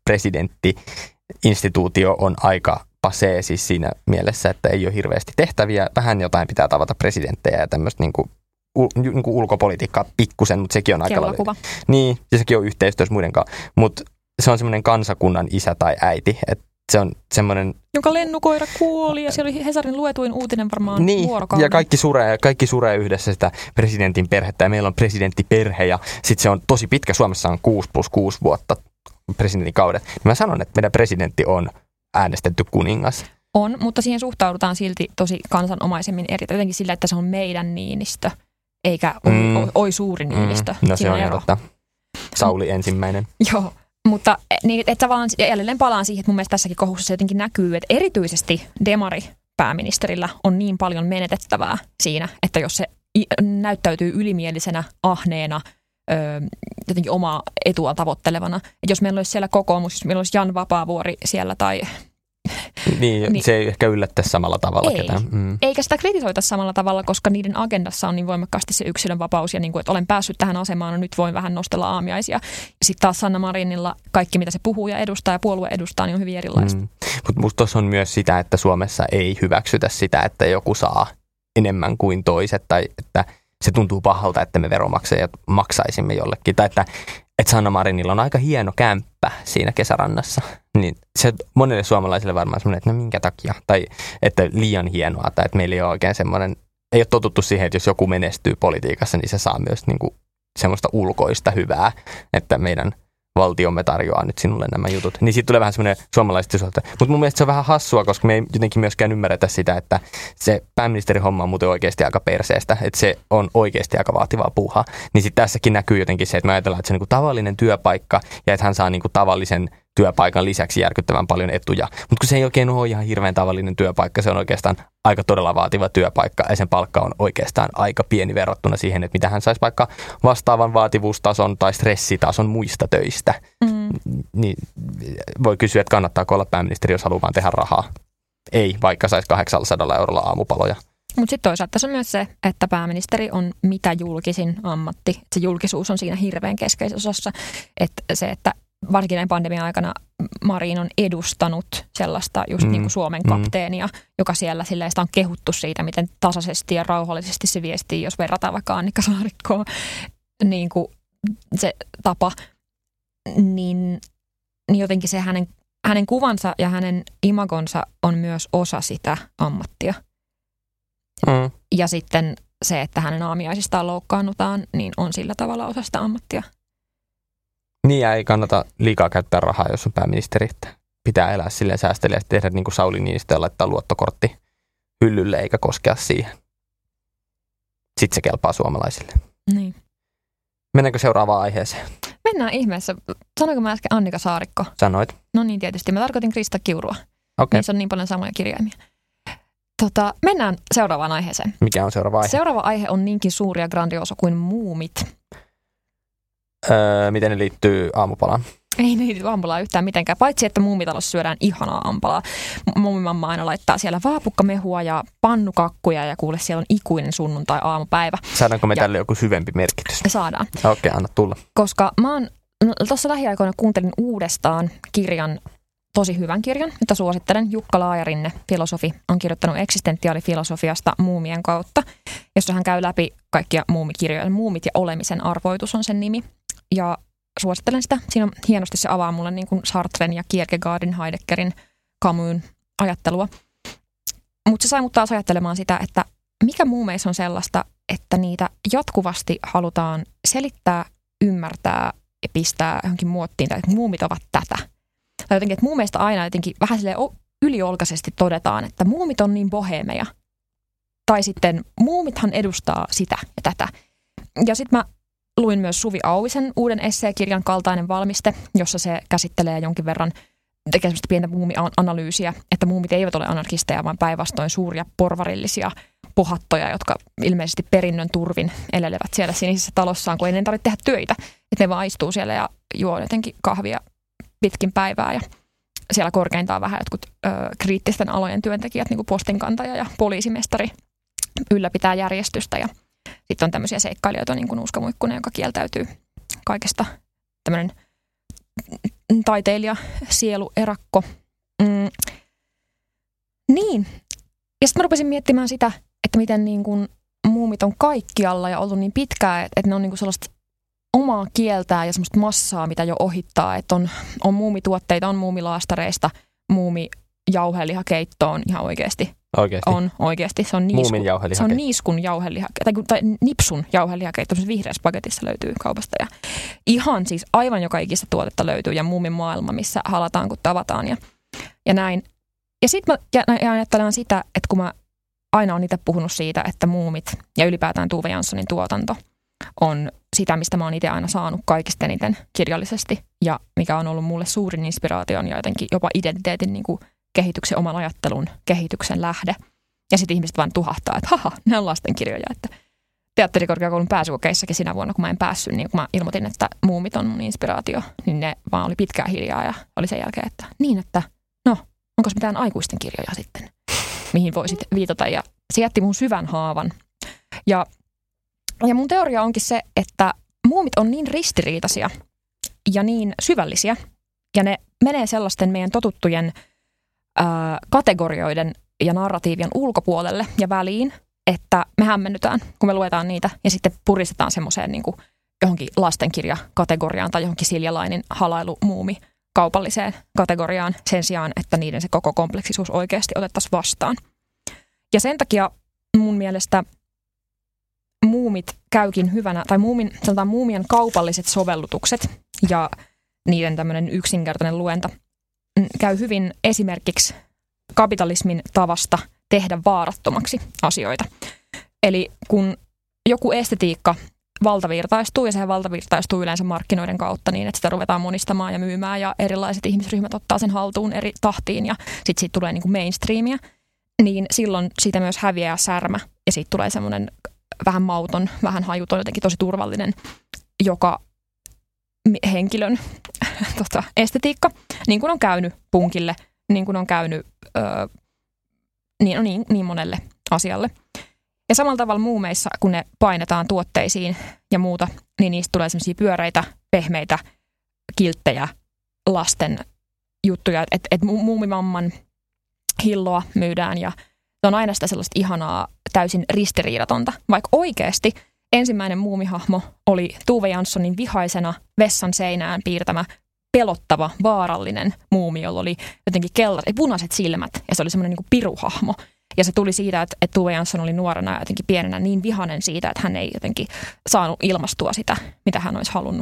presidentti-instituutio on aika pasee siis siinä mielessä, että ei ole hirveästi tehtäviä. Vähän jotain pitää tavata presidenttejä ja tämmöistä niin kuin ulkopolitiikkaa pikkusen, mutta sekin on aika lailla. Niin, ja sekin on yhteistyössä muiden kanssa. Mutta se on semmoinen kansakunnan isä tai äiti. Että se on semmoinen... Jonka lennukoira kuoli ja se oli Hesarin luetuin uutinen varmaan vuorokauden. Ja kaikki suree yhdessä sitä presidentin perhettä ja meillä on presidenttiperhe ja sitten se on tosi pitkä. Suomessa on 6+6 vuotta presidentin kaudet. Mä sanon, että meidän presidentti on äänestetty kuningas. On, mutta siihen suhtaudutaan silti tosi kansanomaisemmin jotenkin sillä, että se on meidän Niinistö. Eikä oi suuri Niinistö. No se on ihan totta. Sauli ensimmäinen. Joo, mutta niin, että tavallaan jälleen palaan siihen, että mun mielestä tässäkin kohussa se jotenkin näkyy, että erityisesti demari-pääministerillä on niin paljon menetettävää siinä, että jos se näyttäytyy ylimielisenä, ahneena, jotenkin omaa etua tavoittelevana. Että jos meillä olisi siellä kokoomus, jos meillä olisi Jan Vapaavuori siellä tai... Niin, se ei ehkä yllättäisi samalla tavalla ketään. Eikä sitä kritisoita samalla tavalla, koska niiden agendassa on niin voimakkaasti se yksilön vapaus ja niin kuin, että olen päässyt tähän asemaan, no nyt voin vähän nostella aamiaisia. Sitten taas Sanna Marinilla kaikki, mitä se puhuu ja edustaa ja puolue edustaa, niin on hyvin erilaista. Mutta musta tuossa on myös sitä, että Suomessa ei hyväksytä sitä, että joku saa enemmän kuin toiset tai että se tuntuu pahalta, että me veronmaksajat maksaisimme jollekin. Tai että Sanna Marinilla on aika hieno kämppä siinä kesärannassa. Niin se monelle suomalaisille varmaan semmoinen, että no minkä takia. Tai että liian hienoa. Tai että meillä ei ole oikein semmoinen, ei ole totuttu siihen, että jos joku menestyy politiikassa, niin se saa myös niin kuin semmoista ulkoista hyvää. Että meidän valtiomme tarjoaa nyt sinulle nämä jutut. Niin siitä tulee vähän semmoinen suomalaisesti suhteen. Mutta mun mielestä se on vähän hassua, koska me ei jotenkin myöskään ymmärretä sitä, että se pääministerin homma on muuten oikeasti aika perseestä. Että se on oikeasti aika vaativaa puuhaa. Niin sitten tässäkin näkyy jotenkin se, että me ajatellaan, että se on niin kuin tavallinen työpaikka ja että hän saa niin kuin tavallisen työpaikan lisäksi järkyttävän paljon etuja. Mutta kun se ei oikein ole ihan hirveän tavallinen työpaikka, se on oikeastaan aika todella vaativa työpaikka ja sen palkka on oikeastaan aika pieni verrattuna siihen, että mitä hän saisi vaikka vastaavan vaativuustason tai stressitason muista töistä. Niin voi kysyä, että kannattaako olla pääministeri, jos haluaa vaan tehdä rahaa. Ei, vaikka saisi 800 € aamupaloja. Mutta sitten toisaalta tässä on myös se, että pääministeri on mitä julkisin ammatti. Se julkisuus on siinä hirveän keskeisessä osassa. Että se, että varsinkin näin pandemian aikana Marin on edustanut sellaista just niin kuin Suomen kapteenia, joka siellä silleen sitä on kehuttu siitä, miten tasaisesti ja rauhallisesti se viestii, jos verrataan vaikka Annika Saarikkoon, niin kuin se tapa, niin jotenkin se hänen kuvansa ja hänen imagonsa on myös osa sitä ammattia. Ja sitten se, että hänen aamiaisistaan loukkaannutaan, niin on sillä tavalla osa sitä ammattia. Niin ja ei kannata liikaa käyttää rahaa, jos on pääministeri. Että pitää elää silleen säästeliästi, tehdä niin kuin Sauli Niinistö ja laittaa luottokortti hyllylle eikä koskea siihen. Sitten se kelpaa suomalaisille. Niin. Mennäänkö seuraavaan aiheeseen? Mennään ihmeessä. Sanoinko mä äsken Annika Saarikko? Sanoit. No niin, tietysti. Mä tarkoitin Krista Kiurua. Okay. Niissä on niin paljon samoja kirjaimia. Mennään seuraavaan aiheeseen. Mikä on seuraava aihe? Seuraava aihe on niinkin suuri ja grandioso kuin muumit. Miten ne liittyy aamupalaan? Ei ne liity aamupalaan yhtään mitenkään, paitsi että muumitalossa syödään ihanaa aamupalaa. Muumimamma aina laittaa siellä vaapukkamehua ja pannukakkuja ja kuule, siellä on ikuinen sunnuntai aamupäivä. Saadaanko me tälle joku syvempi merkitys? Saadaan. Okei, anna tulla. Koska mä oon tuossa lähiaikoina kuuntelin uudestaan kirjan, tosi hyvän kirjan, jota suosittelen. Jukka Laajarinne, filosofi, on kirjoittanut eksistentiaalifilosofiasta muumien kautta, jossa hän käy läpi kaikkia muumikirjoja. Muumit ja olemisen arvoitus on sen nimi. Ja suosittelen sitä. Siinä on hienosti se avaa mulle niin kuin Sartren ja Kierkegaardin, Heideggerin, Camusin ajattelua. Mutta se sai mut taas ajattelemaan sitä, että mikä muumeissa on sellaista, että niitä jatkuvasti halutaan selittää, ymmärtää ja pistää johonkin muottiin, että muumit ovat tätä. Tai jotenkin, että muumeista aina jotenkin vähän silleen yliolkaisesti todetaan, että muumit on niin bohemeja. Tai sitten muumithan edustaa sitä ja tätä. Ja sitten mä luin myös Suvi Auvisen uuden esseekirjan Kaltainen valmiste, jossa se käsittelee jonkin verran, tekee sellaista pientä muumianalyysiä, että muumit eivät ole anarkisteja, vaan päinvastoin suuria porvarillisia pohattoja, jotka ilmeisesti perinnön turvin elelevät siellä sinisessä talossaan, kun ei ne tarvitse tehdä töitä. Että ne vaan istuu siellä ja juo jotenkin kahvia pitkin päivää ja siellä korkeintaan vähän jotkut kriittisten alojen työntekijät, niin kuin postinkantaja ja poliisimestari ylläpitää järjestystä ja sitten on tämmöisiä seikkailijoita, niin kuin Nuuska Muikkunen, joka kieltäytyy kaikesta, tämmöinen taiteilija, sielu, erakko. Niin. Ja sitten mä rupesin miettimään sitä, että miten niin kuin muumit on kaikkialla ja ollut niin pitkään, että ne on niin kuin sellaista omaa kieltää ja semmoista massaa, mitä jo ohittaa. Että on muumituotteita, on muumilaastareista, muumijauhelihakeittoon ihan oikeasti. Oikeasti? On oikeasti. Se on niiskun jauheliha, tai nipsun jauhelihakeitto. Vihreässä paketissa löytyy kaupasta. Ja ihan siis aivan joka ikistä tuotetta löytyy ja muumin maailma, missä halataan kun tavataan ja näin. Ja sitten mä ajattelen sitä, että kun mä aina olen itse puhunut siitä, että muumit ja ylipäätään Tove Janssonin tuotanto on sitä, mistä mä oon itse aina saanut kaikista eniten kirjallisesti ja mikä on ollut mulle suurin inspiraation ja jotenkin jopa identiteetin niin kuin kehityksen, oman ajattelun kehityksen lähde. Ja sitten ihmiset vaan tuhahtaa, että haha, ne on lastenkirjoja. Että teatterikorkeakoulun pääsykokeissakin sinä vuonna, kun mä en päässyt, niin kun mä ilmoitin, että muumit on mun inspiraatio, niin ne vaan oli pitkään hiljaa ja oli sen jälkeen, että niin, että no, onko mitään aikuisten kirjoja sitten, mihin voisit viitata. Ja se jätti mun syvän haavan. Ja mun teoria onkin se, että muumit on niin ristiriitaisia ja niin syvällisiä, ja ne menee sellaisten meidän totuttujen kategorioiden ja narratiivien ulkopuolelle ja väliin, että me hämmennytään, kun me luetaan niitä ja sitten puristetaan semmoiseen niin kuin johonkin lastenkirjakategoriaan tai johonkin Siljalainen halailumuumi kaupalliseen kategoriaan sen sijaan, että niiden se koko kompleksisuus oikeasti otettaisiin vastaan. Ja sen takia mun mielestä muumit käykin hyvänä, tai muumien kaupalliset sovellutukset ja niiden tämmöinen yksinkertainen luenta käy hyvin esimerkiksi kapitalismin tavasta tehdä vaarattomaksi asioita. Eli kun joku estetiikka valtavirtaistuu, ja sehän valtavirtaistuu yleensä markkinoiden kautta niin, että sitä ruvetaan monistamaan ja myymään, ja erilaiset ihmisryhmät ottaa sen haltuun eri tahtiin, ja sitten siitä tulee niin kuin mainstreamia, niin silloin siitä myös häviää särmä, ja siitä tulee semmoinen vähän mauton, vähän hajuton, jotenkin tosi turvallinen, joka henkilön estetiikka, niin kuin on käynyt punkille, niin kuin on käynyt niin monelle asialle. Ja samalla tavalla muumeissa, kun ne painetaan tuotteisiin ja muuta, niin niistä tulee semmoisia pyöreitä, pehmeitä, kilttejä lasten juttuja. Että muumimamman hilloa myydään ja se on aina sitä sellaista ihanaa, täysin ristiriidatonta. Vaikka oikeasti ensimmäinen muumihahmo oli Tove Janssonin vihaisena vessan seinään piirtämä pelottava, vaarallinen muumi, jolla oli jotenkin punaiset silmät ja se oli semmoinen niin kuin piruhahmo. Ja se tuli siitä, että Tove Jansson oli nuorena ja jotenkin pienenä niin vihainen siitä, että hän ei jotenkin saanut ilmastua sitä, mitä hän olisi halunnut.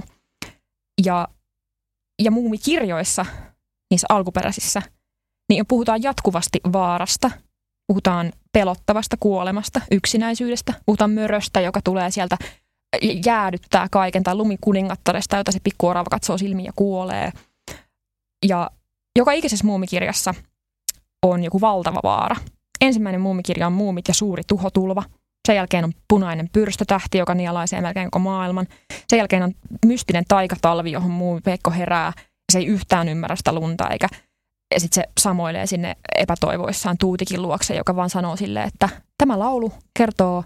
Ja muumikirjoissa, niissä alkuperäisissä, niin puhutaan jatkuvasti vaarasta, puhutaan pelottavasta kuolemasta, yksinäisyydestä, puhutaan möröstä, joka tulee sieltä jäädyttää kaiken, tai lumikuningattaresta, jota se pikkuorava katsoo silmiin ja kuolee. Ja joka ikisessä muumikirjassa on joku valtava vaara. Ensimmäinen muumikirja on Muumit ja suuri tuhotulva. Sen jälkeen on punainen pyrstötähti, joka nielaisee melkein koko maailman. Sen jälkeen on mystinen taikatalvi, johon muumipeikko herää. Se ei yhtään ymmärrä sitä lunta, ja sitten se samoilee sinne epätoivoissaan Tuutikin luokse, joka vaan sanoo silleen, että tämä laulu kertoo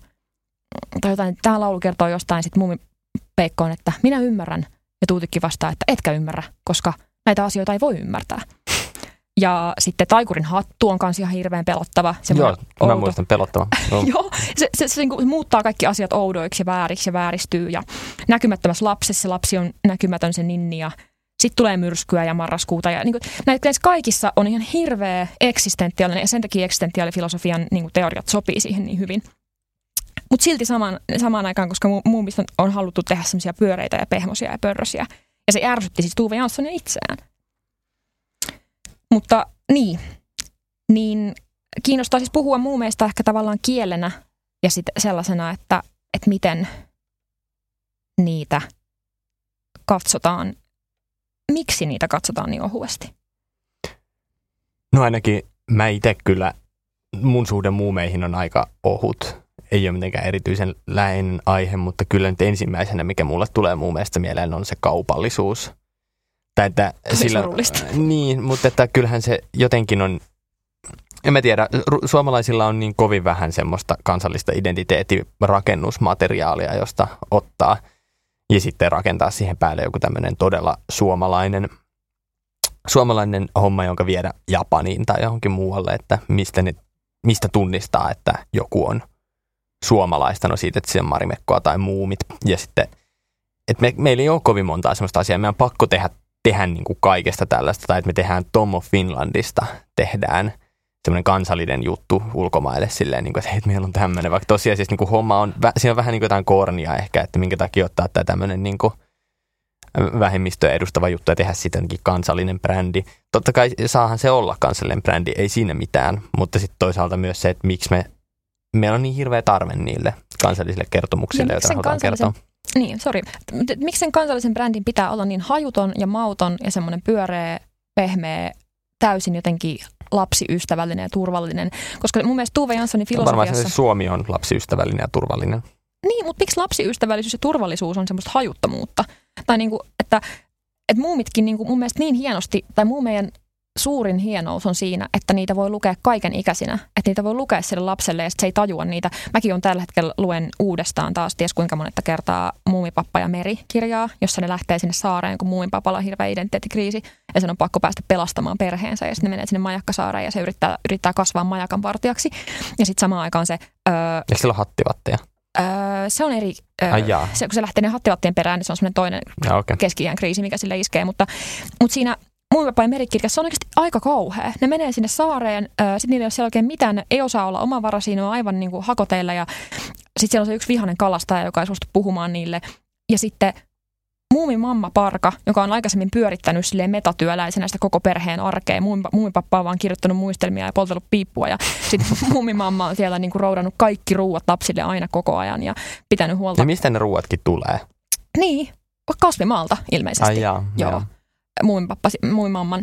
jostain sitten muumipeikkoon, että minä ymmärrän. Ja Tuutikki vastaa, että etkä ymmärrä, koska näitä asioita ei voi ymmärtää. Ja sitten Taikurin hattu on myös ihan hirveän pelottava. Joo, mä muistan pelottava. Joo, se niin kuin muuttaa kaikki asiat oudoiksi ja vääriksi ja vääristyy. Ja näkymättömässä lapsessa se lapsi on näkymätön se ninni ja sitten tulee myrskyä ja marraskuuta. Ja niin kuin, näissä kaikissa on ihan hirveä eksistentiaalinen ja sen takia eksistentiaalifilosofian niin kuin teoriat sopii siihen niin hyvin. Mutta silti samaan aikaan, koska muumista on haluttu tehdä semmoisia pyöreitä ja pehmoisia ja pörrösiä. Ja se ärsytti siis Tove Janssonia itseään. Mutta niin kiinnostaa siis puhua muumeista ehkä tavallaan kielenä ja sitten sellaisena, että miten niitä katsotaan, miksi niitä katsotaan niin ohuesti. No ainakin mä itse kyllä, mun suhde muumeihin on aika ohut. Ei ole mitenkään erityisen läheinen aihe, mutta kyllä nyt ensimmäisenä, mikä mulle tulee muumeista mieleen, on se kaupallisuus. Että sillä, niin, mutta että kyllähän se jotenkin on, en mä tiedä, suomalaisilla on niin kovin vähän semmoista kansallista identiteettirakennusmateriaalia, josta ottaa ja sitten rakentaa siihen päälle joku tämmöinen todella suomalainen homma, jonka viedä Japaniin tai johonkin muualle, että mistä tunnistaa, että joku on suomalaista, no siitä, että se on Marimekkoa tai Muumit ja sitten, että meillä ei ole kovin montaa semmoista asiaa, meidän on pakko tehdä niin kuin kaikesta tällaista, tai että me tehdään Tom of Finlandista, tehdään semmoinen kansallinen juttu ulkomaille silleen, niin kuin, että hei, meillä on tämmöinen, vaikka tosiasiassa niin kuin homma on, siinä on vähän niin kuin jotain kornia ehkä, että minkä takia ottaa tämä tämmöinen niin kuin vähemmistöä edustava juttu ja tehdä siitä jotenkin kansallinen brändi. Totta kai saahan se olla kansallinen brändi, ei siinä mitään, mutta sitten toisaalta myös se, että miksi meillä on niin hirveä tarve niille kansallisille kertomuksille, joita halutaan kertoa. Niin, sori. Miksi sen kansallisen brändin pitää olla niin hajuton ja mauton ja semmoinen pyöreä, pehmeä, täysin jotenkin lapsiystävällinen ja turvallinen? Koska mun mielestä Tove Janssonin filosofiassa... Varmaan Suomi on lapsiystävällinen ja turvallinen. Niin, mutta miksi lapsiystävällisyys ja turvallisuus on semmoista hajuttomuutta? Tai niinku, että muumitkin niinku mun mielestä niin hienosti, tai meidän suurin hienous on siinä, että niitä voi lukea kaiken ikäisinä. Että niitä voi lukea sille lapselle ja se ei tajua niitä. Mäkin on tällä hetkellä luen uudestaan taas ties kuinka monetta kertaa Muumipappa ja Meri-kirjaa, jossa ne lähtee sinne saareen, kun Muumipapalla on hirveä identiteettikriisi ja sen on pakko päästä pelastamaan perheensä ja sitten ne menee sinne majakkasaareen ja se yrittää kasvaa majakan vartijaksi. Ja sitten samaan aikaan se... Eikö sillä ole hattivatteja? Se on eri, kun se lähtee ne hattivattien perään, niin se on semmoinen toinen keski-iän kriisi, mikä sille iskee, mutta siinä Muumipappa ja Merikirjassa se on oikeasti aika kauhea. Ne menee sinne saareen, sitten niillä ei ole siellä oikein mitään, ne ei osaa olla omavaraisia, ne on aivan niin kuin hakoteilla ja sitten siellä on se yksi vihainen kalastaja, joka ei suostu puhumaan niille. Ja sitten Muumimamma Parka, joka on aikaisemmin pyörittänyt silleen metatyöläisenä sitä koko perheen arkea. Muumipappa on vaan kirjoittanut muistelmia ja poltellut piippua ja sitten Muumimamma on siellä niin kuin roudannut kaikki ruuat lapsille aina koko ajan ja pitänyt huolta. Ja mistä ne ruuatkin tulee? Niin, kasvimaalta ilmeisesti. Joo. Muumimamman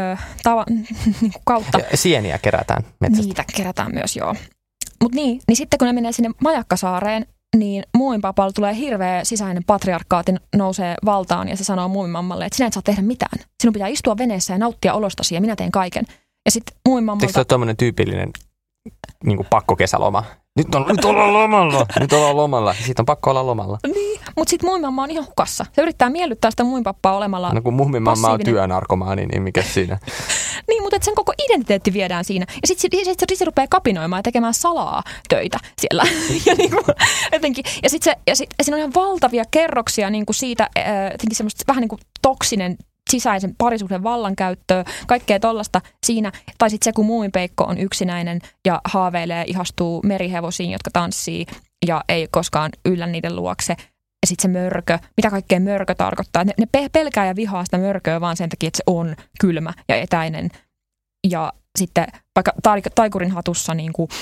niin kautta. Ja sieniä kerätään metsästä. Niitä kerätään myös, joo. Mutta niin sitten kun ne menee sinne majakkasaareen, niin Muumipapalla tulee hirveä sisäinen patriarkaatti nousee valtaan ja se sanoo Muumimammalle, että sinä et saa tehdä mitään. Sinun pitää istua veneessä ja nauttia olostasi ja minä teen kaiken. Ja sitten Muumimammalta... Eikö se ole tuommoinen tyypillinen niin kuin pakkokesäloma? Nyt ollaan lomalla. Nyt ollaan lomalla. Siitä on pakko olla lomalla. Niin, mutta sitten muumimamma on ihan hukassa. Se yrittää miellyttää sitä muumipappaa olemalla no kun muumimamma on työnarkomaani, niin mikä siinä? Niin, mutta sen koko identiteetti viedään siinä. Ja sitten se rupeaa kapinoimaan ja tekemään salaa töitä siellä. ja niinku, jotenkin. Ja siinä on ihan valtavia kerroksia niinku siitä, jotenkin semmoista vähän niin kuin toksinen sisäisen parisuhteen vallankäyttöä, kaikkea tollaista siinä. Tai sitten se, kun muumipeikko on yksinäinen ja haaveilee, ihastuu merihevosiin, jotka tanssii ja ei koskaan yllä niiden luokse. Ja sitten se mörkö, mitä kaikkea mörkö tarkoittaa. Ne pelkää ja vihaa sitä mörköä vaan sen takia, että se on kylmä ja etäinen. Ja sitten vaikka taikurin hatussa niin kuin,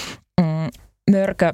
mörkö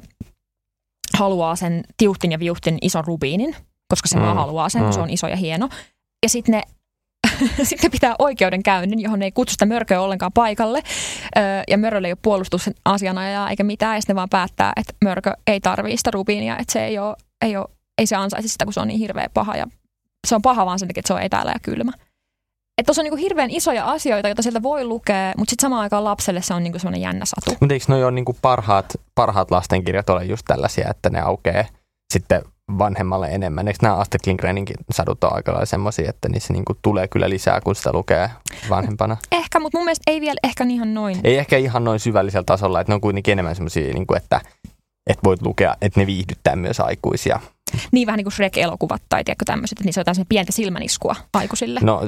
haluaa sen tiuhtin ja viuhtin ison rubiinin, koska se vaan haluaa sen, kun se on iso ja hieno. Ja sitten ne sitten pitää oikeudenkäynnin, johon ei kutsu sitä mörköä ollenkaan paikalle. Ja mörölle ei ole puolustuksen asianajaa eikä mitään. Ja sitten ne vaan päättää, että mörkö ei tarvitse sitä rubiinia, että se ei se ansaisi sitä, kun se on niin hirveä paha. Ja se on paha vaan sen takia, että se on etäällä ja kylmä. Että tuossa on niinku hirveän isoja asioita, joita sieltä voi lukea, mutta sitten samaan aikaan lapselle se on niinku semmoinen jännä satu. Mutta eikö noi ole niinku parhaat lastenkirjat ole just tällaisia, että ne aukeaa sitten vanhemmalle enemmän? Eikö nämä Astrid Lindgreninkin sadut ole aika lailla semmoisia, että niissä niinku tulee kyllä lisää, kun sitä lukee vanhempana? Ehkä, mutta mun mielestä ei vielä ehkä ihan noin. Ei ehkä ihan noin syvällisellä tasolla, että ne on kuitenkin enemmän semmoisia, niinku, että voit lukea, että ne viihdyttää myös aikuisia. Niin vähän niin kuin Shrek-elokuvat tai tiedätkö tämmöiset, että niissä on jotain pientä silmäniskua aikuisille. No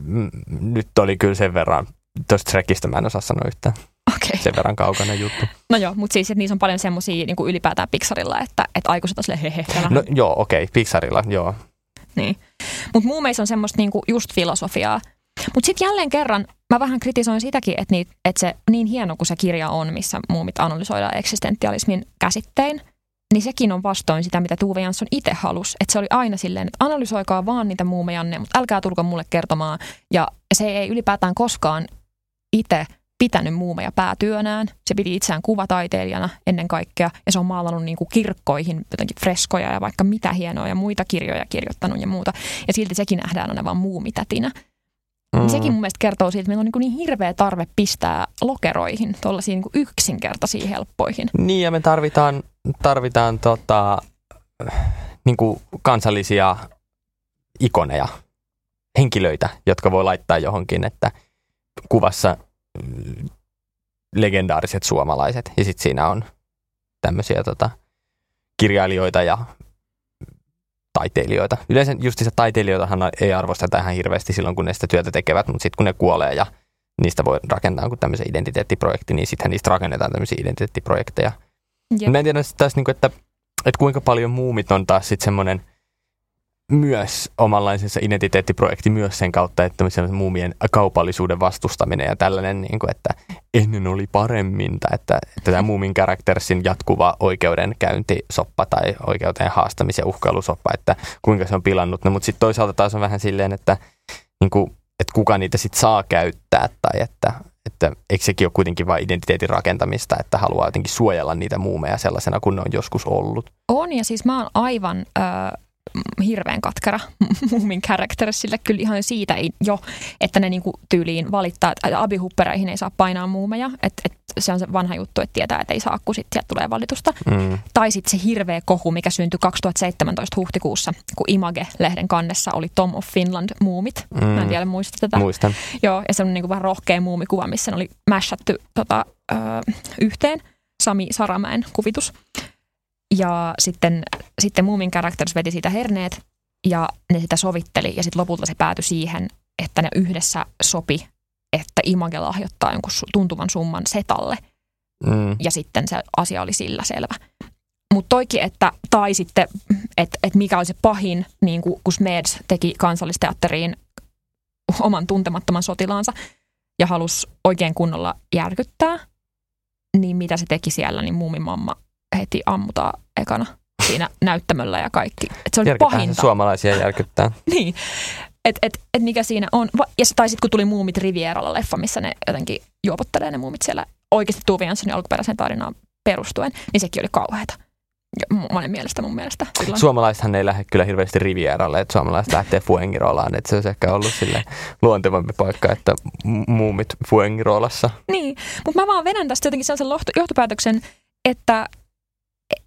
nyt oli kyllä sen verran, tuosta Shrekistä mä en osaa sanoa yhtään. Okay. Sen verran kaukana juttu. No joo, mutta siis että niissä on paljon semmoisia niin kuin ylipäätään Pixarilla, että aikuiset on silleen hehe. No joo, okei, Pixarilla, joo. Niin, mutta muumeissa on semmoista niin kuin just filosofiaa. Mutta sitten jälleen kerran mä vähän kritisoin sitäkin, että se niin hieno kuin se kirja on, missä muumit analysoidaan eksistentialismin käsittein, niin sekin on vastoin sitä, mitä Tove Jansson itse halusi. Että se oli aina silleen, että analysoikaa vaan niitä muumejanne, mutta älkää tulko mulle kertomaan. Ja se ei ylipäätään koskaan itse pitänyt muumeja päätyönään. Se piti itseään kuvataiteilijana ennen kaikkea. Ja se on maalannut niin kuin kirkkoihin jotenkin freskoja ja vaikka mitä hienoa ja muita kirjoja kirjoittanut ja muuta. Ja silti sekin nähdään aina vaan muumitätinä. Niin sekin mun mielestä kertoo siitä, että meillä on niin hirveä tarve pistää lokeroihin, tuollaisiin niin yksinkertaisiin helppoihin. Niin ja me tarvitaan niin kuin kansallisia ikoneja, henkilöitä, jotka voi laittaa johonkin, että kuvassa legendaariset suomalaiset ja sitten siinä on tämmöisiä kirjailijoita ja taiteilijoita. Yleensä justiinsa taiteilijoitahan ei arvosteta ihan hirveästi silloin, kun ne sitä työtä tekevät, mutta sitten kun ne kuolee ja niistä voi rakentaa kuin tämmöisen identiteettiprojekti, niin sittenhän niistä rakennetaan tämmöisiä identiteettiprojekteja. Yep. Mä en tiedä taas, että kuinka paljon muumit on taas sitten semmoinen myös omanlaisensa identiteettiprojekti myös sen kautta, että muumien kaupallisuuden vastustaminen ja tällainen, että ennen oli paremmin, että tämä muumin charactersin jatkuva oikeudenkäyntisoppa tai oikeuteen haastamisen uhkailusoppa, että kuinka se on pilannut. No, mutta sitten toisaalta taas on vähän silleen, että kuka niitä sitten saa käyttää tai että eikö sekin ole kuitenkin vain identiteetin rakentamista, että haluaa jotenkin suojella niitä muumeja sellaisena, kun ne on joskus ollut. On ja siis mä oon aivan hirveän katkera muumin charactersille kyllä ihan siitä jo, että ne niinku tyyliin valittaa, että abihuppereihin ei saa painaa muumeja, että se on se vanha juttu, että tietää, että ei saa, kun sitten sieltä tulee valitusta. Tai sitten se hirveä kohu, mikä syntyi 2017 huhtikuussa, kun Image-lehden kannessa oli Tom of Finland muumit. Mä en tiedä, muistat tätä? Muistan. Joo, ja se on niinku vähän rohkea muumikuva, missä ne oli mashattu yhteen. Sami Saramäen kuvitus. Ja sitten Moomin Characters veti siitä herneet ja ne sitä sovitteli ja sitten lopulta se päätyi siihen, että ne yhdessä sopi, että Image lahjoittaa jonkun tuntuvan summan Setalle. Ja sitten se asia oli sillä selvä. Mutta toikin, tai sitten, että mikä oli se pahin, niin kun Smeds teki Kansallisteatteriin oman tuntemattoman sotilaansa ja halusi oikein kunnolla järkyttää, niin mitä se teki siellä, niin Muumimamma heti ammutaan ekana siinä näyttämöllä ja kaikki. Et se oli pahinta. Se suomalaisia järkyttää. Niin, että mikä siinä on. Ja tai sitten kun tuli Muumit Rivieralla leffa, missä ne jotenkin juopottelee ne muumit siellä oikeasti Tove Janssonin alkuperäiseen tarinaan perustuen, niin sekin oli kauheata. Monen mielestä mun mielestä. Silloin. Suomalaisethan ei lähde kyllä hirveästi Rivieralle, että suomalaiset lähtee Fuengirolaan, että se olisi ehkä ollut sille luontevampi paikka, että muumit Fuengirolassa. Niin, mutta mä vaan vedän tästä jotenkin sellaisen johtopäätöksen, että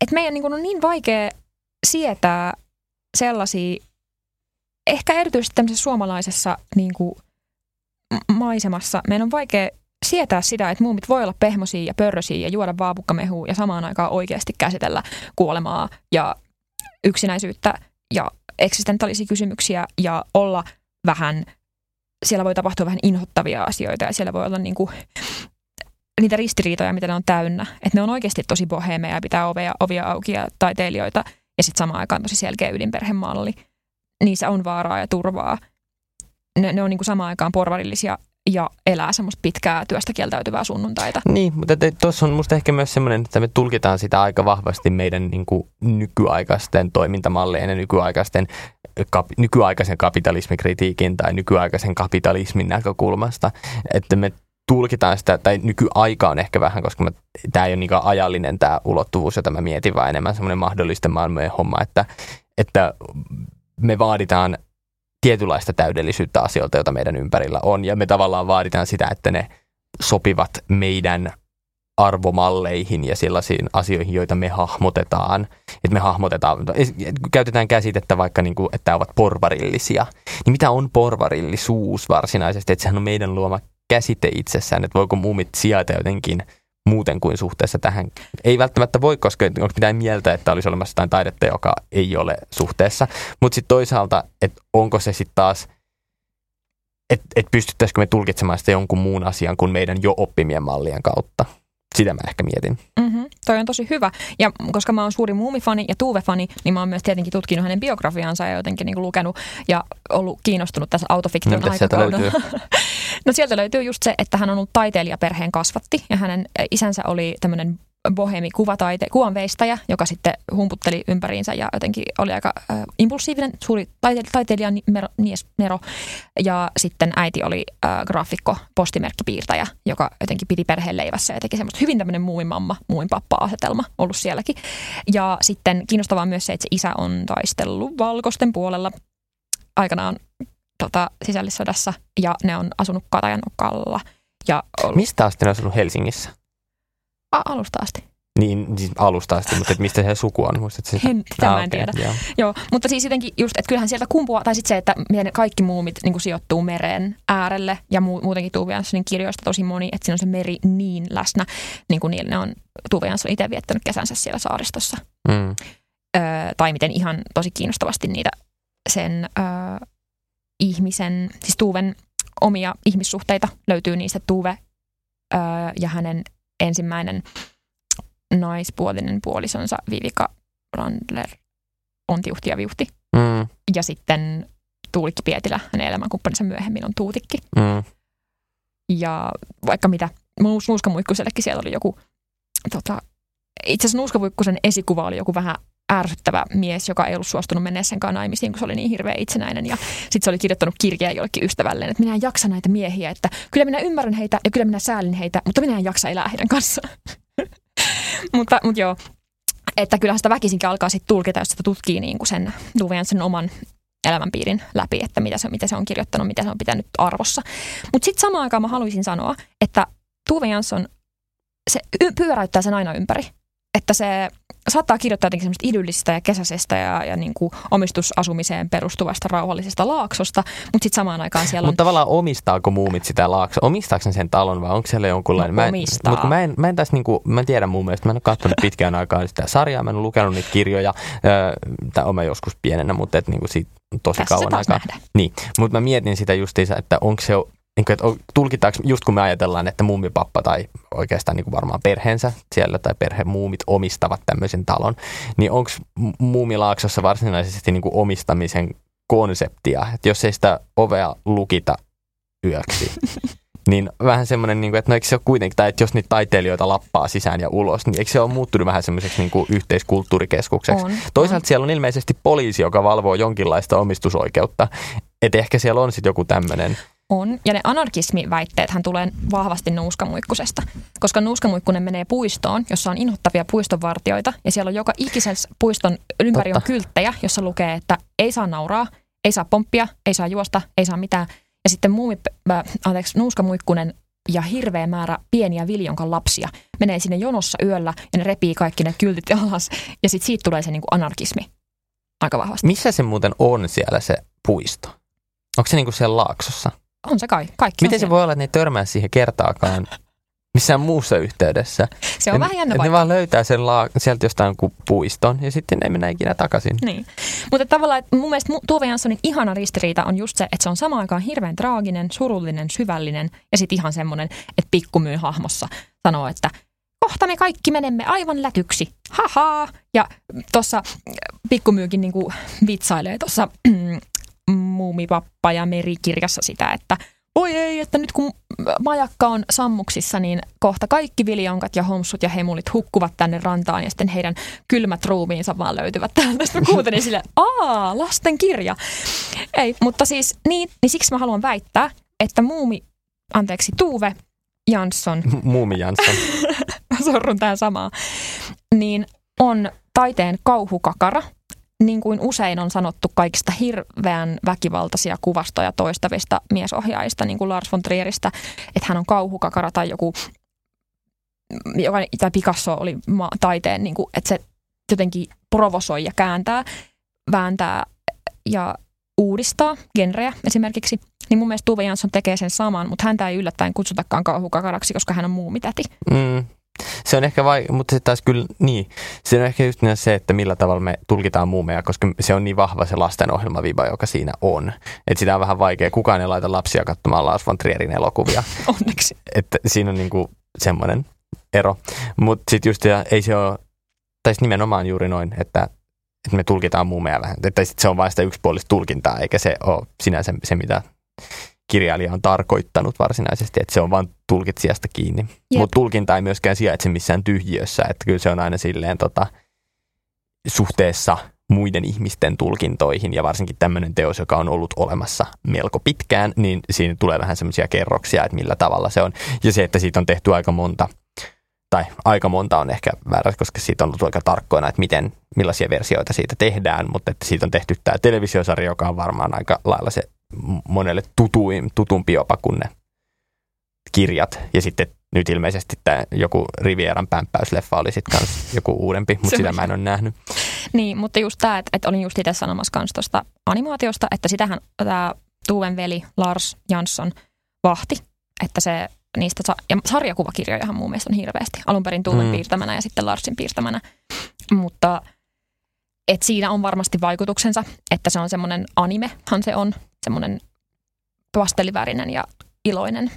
että meidän niin kuin on niin vaikea sietää sellaisia, ehkä erityisesti tämmöisessä suomalaisessa niin kuin maisemassa, meidän on vaikea sietää sitä, että muumit voi olla pehmosia ja pörrösiä ja juoda vaapukkamehua ja samaan aikaan oikeasti käsitellä kuolemaa ja yksinäisyyttä ja eksistentaalisia kysymyksiä ja olla vähän, siellä voi tapahtua vähän inhottavia asioita ja siellä voi olla niin kuin niitä ristiriitoja, mitä ne on täynnä. Että ne on oikeasti tosi bohemeja ja pitää ovia auki ja taiteilijoita ja sitten samaan aikaan tosi selkeä ydinperhemalli. Niissä on vaaraa ja turvaa. Ne on niin kuin samaan aikaan porvarillisia ja elää semmoista pitkää työstä kieltäytyvää sunnuntaita. Niin, mutta tuossa on musta ehkä myös semmoinen, että me tulkitaan sitä aika vahvasti meidän niin kuin nykyaikaisten toimintamallien ja nykyaikaisen kapitalismikritiikin tai nykyaikaisen kapitalismin näkökulmasta, että me tulkitaan sitä, tai nykyaika on ehkä vähän, koska tämä ei ole niinkään ajallinen tämä ulottuvuus, jota mä mietin, vaan enemmän semmoinen mahdollisten maailmojen homma, että me vaaditaan tietynlaista täydellisyyttä asioilta, joita meidän ympärillä on, ja me tavallaan vaaditaan sitä, että ne sopivat meidän arvomalleihin ja sellaisiin asioihin, joita me hahmotetaan. Että me hahmotetaan, käytetään käsitettä vaikka, niin kuin, että ovat porvarillisia. Niin mitä on porvarillisuus varsinaisesti? Että sehän on meidän luoma käsite itsessään, että voiko muumit sijaita jotenkin muuten kuin suhteessa tähän. Ei välttämättä voi, koska onko mitään mieltä, että olisi olemassa jotain taidetta, joka ei ole suhteessa. Mutta sitten toisaalta, että onko se sitten taas, että pystyttäisikö me tulkitsemaan sitä jonkun muun asian kuin meidän jo oppimien mallien kautta. Sitä mä ehkä mietin. Toi on tosi hyvä. Ja koska mä oon suuri muumifani ja Tuve-fani, niin mä oon myös tietenkin tutkinut hänen biografiansa ja jotenkin niin kuin lukenut ja ollut kiinnostunut tässä autofiktion aikakaudella. No sieltä löytyy just se, että hän on ollut taiteilijaperheen kasvatti ja hänen isänsä oli tämmöinen bohemi kuvanveistäjä, joka sitten humputteli ympäriinsä ja jotenkin oli aika impulsiivinen, suuri taiteilija Nero. Ja sitten äiti oli graafikko, postimerkkipiirtäjä, joka jotenkin piti perheen leivässä ja teki semmoista hyvin tämmöinen muuimamma, muuinpappa-asetelma ollut sielläkin. Ja sitten kiinnostavaa myös se, että se isä on taistellut valkoisten puolella aikanaan sisällissodassa ja ne on asunut Katajanokalla. Mistä asti ne on asunut Helsingissä? Alusta asti. Niin, siis alusta asti, mutta missä se suku on? Mä en tiedä. Joo, mutta siis jotenkin just, että kyllähän sieltä kumpuaa, tai sitten se, että miten kaikki muumit niin kuin sijoittuu meren äärelle, ja muutenkin Tove Janssonin kirjoista tosi moni, että siinä on se meri niin läsnä, niin kuin ne on Tove Jansson itse viettänyt kesänsä siellä saaristossa. Tai miten ihan tosi kiinnostavasti niitä sen ihmisen, siis Tuven omia ihmissuhteita löytyy niistä Tove ja hänen ensimmäinen naispuolinen puolisonsa Vivica Randler on Tiuhti ja Viuhti. Ja sitten Tuulikki Pietilä, hänen elämänkumppaninsa myöhemmin on Tuutikki. Ja vaikka mitä, Nuuskamuikkusellekin siellä oli joku, itse asiassa Nuuskamuikkusen esikuva oli joku vähän ärsyttävä mies, joka ei ollut suostunut mennessenkaan naimisiin, kun se oli niin hirveän itsenäinen. Ja sitten se oli kirjoittanut kirjeen jollekin ystävälleen, että minä en jaksa näitä miehiä, että kyllä minä ymmärrän heitä ja kyllä minä säälin heitä, mutta minä en jaksa elää heidän kanssaan. mutta joo, että kyllähän sitä väkisinkin alkaa sitten tulkita, jos sitä tutkii niin kuin sen Tove Janssonin oman elämänpiirin läpi, että mitä se on kirjoittanut, mitä se on pitänyt arvossa. Mutta sitten samaan aikaan mä haluaisin sanoa, että Tove Jansson, se pyöräyttää sen aina ympäri. Että se saattaa kirjoittaa jotenkin semmoista idyllisestä ja kesäisestä ja niin kuin omistusasumiseen perustuvasta rauhallisesta laaksosta, mutta sitten samaan aikaan siellä on... Mutta tavallaan omistaako muumit sitä laaksoa? Omistaako sen talon vai onko siellä jonkunlainen? No, omistaa. Mutta mä en taas niinku, mä en tiedä mun mielestä, mä en ole katsonut pitkään aikaa sitä sarjaa, mä en ole lukenut niitä kirjoja, tai olen joskus pienenä, mutta et niinku siitä tosi tässä kauan aikaa. Niin, mutta mä mietin sitä justiinsa, että onko se... Että tulkitaanko, just kun me ajatellaan, että muumipappa tai oikeastaan niin kuin varmaan perheensä siellä tai perhemuumit omistavat tämmöisen talon, niin onko Muumilaaksossa varsinaisesti niin kuin omistamisen konseptia, että jos ei sitä ovea lukita yöksi, niin vähän semmoinen, niin kuin, että no eikö se ole kuitenkin, tai että jos niitä taiteilijoita lappaa sisään ja ulos, niin eikö se ole muuttunut vähän semmoiseksi niin kuin yhteiskulttuurikeskukseksi? Toisaalta siellä on ilmeisesti poliisi, joka valvoo jonkinlaista omistusoikeutta, että ehkä siellä on sitten joku tämmöinen... On. Ja ne anarkismiväitteethän tulee vahvasti Nuuskamuikkusesta, koska Nuuskamuikkunen menee puistoon, jossa on inhottavia puistonvartijoita, ja siellä on joka ikisessä puiston ympäri on kylttejä, jossa lukee, että ei saa nauraa, ei saa pomppia, ei saa juosta, ei saa mitään. Ja sitten Nuuskamuikkunen ja hirveä määrä pieniä viljonkan lapsia menee sinne jonossa yöllä ja ne repii kaikki ne kyltit alas ja sitten siitä tulee se niinku anarkismi aika vahvasti. Missä se muuten on siellä se puisto? Onko se niinku siellä laaksossa? On se kaikki. Miten se voi olla, että ne ei törmää siihen kertaakaan missään muussa yhteydessä? Se on vähän jännä paikka. Ne vaan löytää sen sieltä jostain puiston ja sitten ne ei mennä ikinä takaisin. Niin. Mutta tavallaan että mun mielestä Tove Janssonin ihana ristiriita on just se, että se on samaan aikaan hirveän traaginen, surullinen, syvällinen ja sitten ihan semmoinen, että Pikkumyyn hahmossa sanoo, että kohta me kaikki menemme aivan lätyksi. Haha! Ja tuossa Pikkumyykin niinku vitsailee tuossa Muumipappa ja Meri-kirjassa sitä, että oi ei, että nyt kun majakka on sammuksissa, niin kohta kaikki viljonkat ja homsut ja hemulit hukkuvat tänne rantaan ja sitten heidän kylmät ruumiinsa vaan löytyvät täältä. Sitten mä kuuntelin silleen, lasten kirja. Ei, mutta siis niin siksi mä haluan väittää, että Tuve Jansson. Muumi Jansson. Sorrun tähän samaan. Niin on taiteen kauhukakara. Niin kuin usein on sanottu kaikista hirveän väkivaltaisia kuvastoja toistavista miesohjaajista, niin kuin Lars von Trieristä, että hän on kauhukakara tai tai Picasso oli taiteen, niin kuin, että se jotenkin provosoi ja vääntää ja uudistaa genreä esimerkiksi. Niin mun mielestä Tove Jansson tekee sen saman, mutta häntä ei yllättäen kutsutakaan kauhukakaraksi, koska hän on muumitäti. Se on ehkä mutta se taas kyllä, niin. Se on ehkä just se, että millä tavalla me tulkitaan muumeja, koska se on niin vahva se lastenohjelmaviiva, joka siinä on. Että sitä on vähän vaikea. Kukaan ei laita lapsia katsomaan Lars von Trierin elokuvia. Onneksi. Että siinä on niinku semmoinen ero. Mutta sitten just ei se ole, tai nimenomaan juuri noin, että me tulkitaan muumeja vähän. Että se on vain sitä yksipuolista tulkintaa, eikä se ole sinänsä se, mitä kirjailija on tarkoittanut varsinaisesti, että se on vain tulkitsijasta kiinni. Mutta tulkinta ei myöskään sijaitse missään tyhjiössä, että kyllä se on aina silleen suhteessa muiden ihmisten tulkintoihin ja varsinkin tämmöinen teos, joka on ollut olemassa melko pitkään, niin siinä tulee vähän semmoisia kerroksia, että millä tavalla se on. Ja se, että siitä on tehty aika monta on ehkä väärä, koska siitä on ollut aika tarkkoina, että millaisia versioita siitä tehdään, mutta että siitä on tehty tämä televisiosarja, joka on varmaan aika lailla se monelle tutumpi jopa kuin ne kirjat. Ja sitten nyt ilmeisesti tämä joku Rivieran pämppäysleffa oli sitten kans joku uudempi, mutta sitä mä en ole nähnyt. Niin, mutta just tämä, että olin just itse sanomassa kans tuosta animaatiosta, että sitähän tämä Tuven veli Lars Jansson vahti, että se niistä, ja sarjakuvakirjojahan mun mielestä on hirveästi. Alun perin Tuven piirtämänä ja sitten Larsin piirtämänä. Mutta että siinä on varmasti vaikutuksensa, että se on semmoinen animehan se on, semmoinen pastellivärinen ja iloinen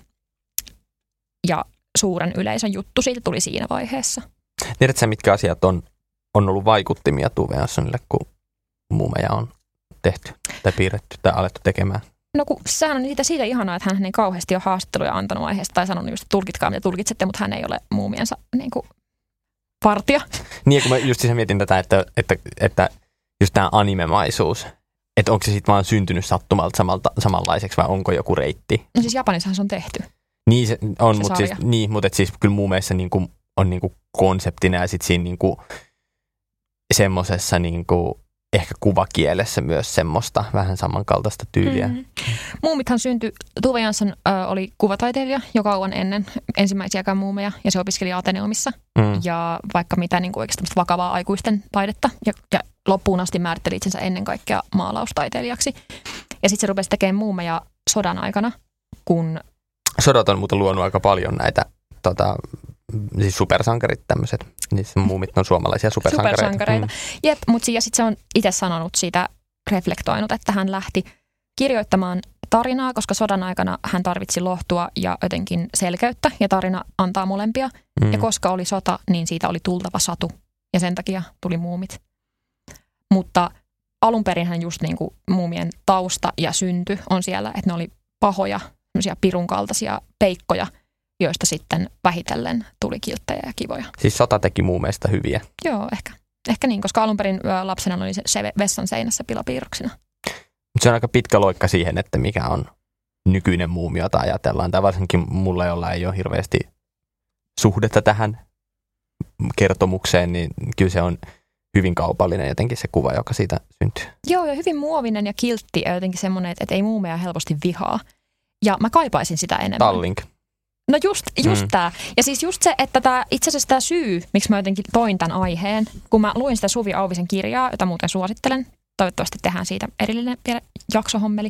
ja suuren yleisön juttu siitä tuli siinä vaiheessa. Tiedätkö sä, mitkä asiat on ollut vaikuttimia Tove Janssonille, kun muumeja on tehty tai piirretty tai alettu tekemään? No kun sehän on siitä ihanaa, että hän ei kauheasti ole haastatteluja antanut aiheesta tai sanonut just, että tulkitkaa mitä tulkitsette, mutta hän ei ole muumiensa niin kuin partia. Niin, kun mä just siis mietin tätä, että just tämä animemaisuus, että onko se sitten vaan syntynyt sattumalta samanlaiseksi vai onko joku reitti? No siis Japanissahan se on tehty. Niin se on, mutta siis kyllä muumeissa niinku on niinku konseptina ja sitten siinä niinku semmosessa niinku ehkä kuvakielessä myös semmoista vähän samankaltaista tyyliä. Muumithan syntyi, Tove Jansson oli kuvataiteilija jo kauan ennen ensimmäisiäkään muumeja ja se opiskeli Ateneumissa. Ja vaikka mitä niin oikeastaan vakavaa aikuisten taidetta ja loppuun asti määritteli itsensä ennen kaikkea maalaustaiteilijaksi. Ja sitten se rupesi tekemään muumeja sodan aikana, kun... Sodat on muuten luonut aika paljon näitä siis supersankarit tämmöiset. Niissä muumit on suomalaisia supersankareita. Jep, mutta sitten se on itse sanonut siitä, reflektoinut, että hän lähti kirjoittamaan tarinaa, koska sodan aikana hän tarvitsi lohtua ja jotenkin selkeyttä ja tarina antaa molempia. Ja koska oli sota, niin siitä oli tultava satu ja sen takia tuli muumit. Mutta alun perinhän just niin kuin muumien tausta ja synty on siellä, että ne oli pahoja, semmoisia pirun kaltaisia peikkoja, joista sitten vähitellen tuli kilttejä ja kivoja. Siis sota teki muumeista hyviä. Joo, ehkä niin, koska alun perin lapsena oli se vessan seinässä pilapiirroksina. Se on aika pitkä loikka siihen, että mikä on nykyinen muumi, jota ajatellaan. Tai varsinkin mulla, jolla ei ole hirveästi suhdetta tähän kertomukseen, niin kyllä se on hyvin kaupallinen jotenkin se kuva, joka siitä syntyy. Joo, ja hyvin muovinen ja kiltti ja jotenkin semmoinen, että ei muumeja helposti vihaa. Ja mä kaipaisin sitä enemmän. Tallink. No just tämä. Ja siis just se, että itse asiassa tämä syy, miksi mä jotenkin toin tämän aiheen, kun mä luin sitä Suvi Auvisen kirjaa, jota muuten suosittelen, toivottavasti tehdään siitä erillinen vielä jaksohommeli,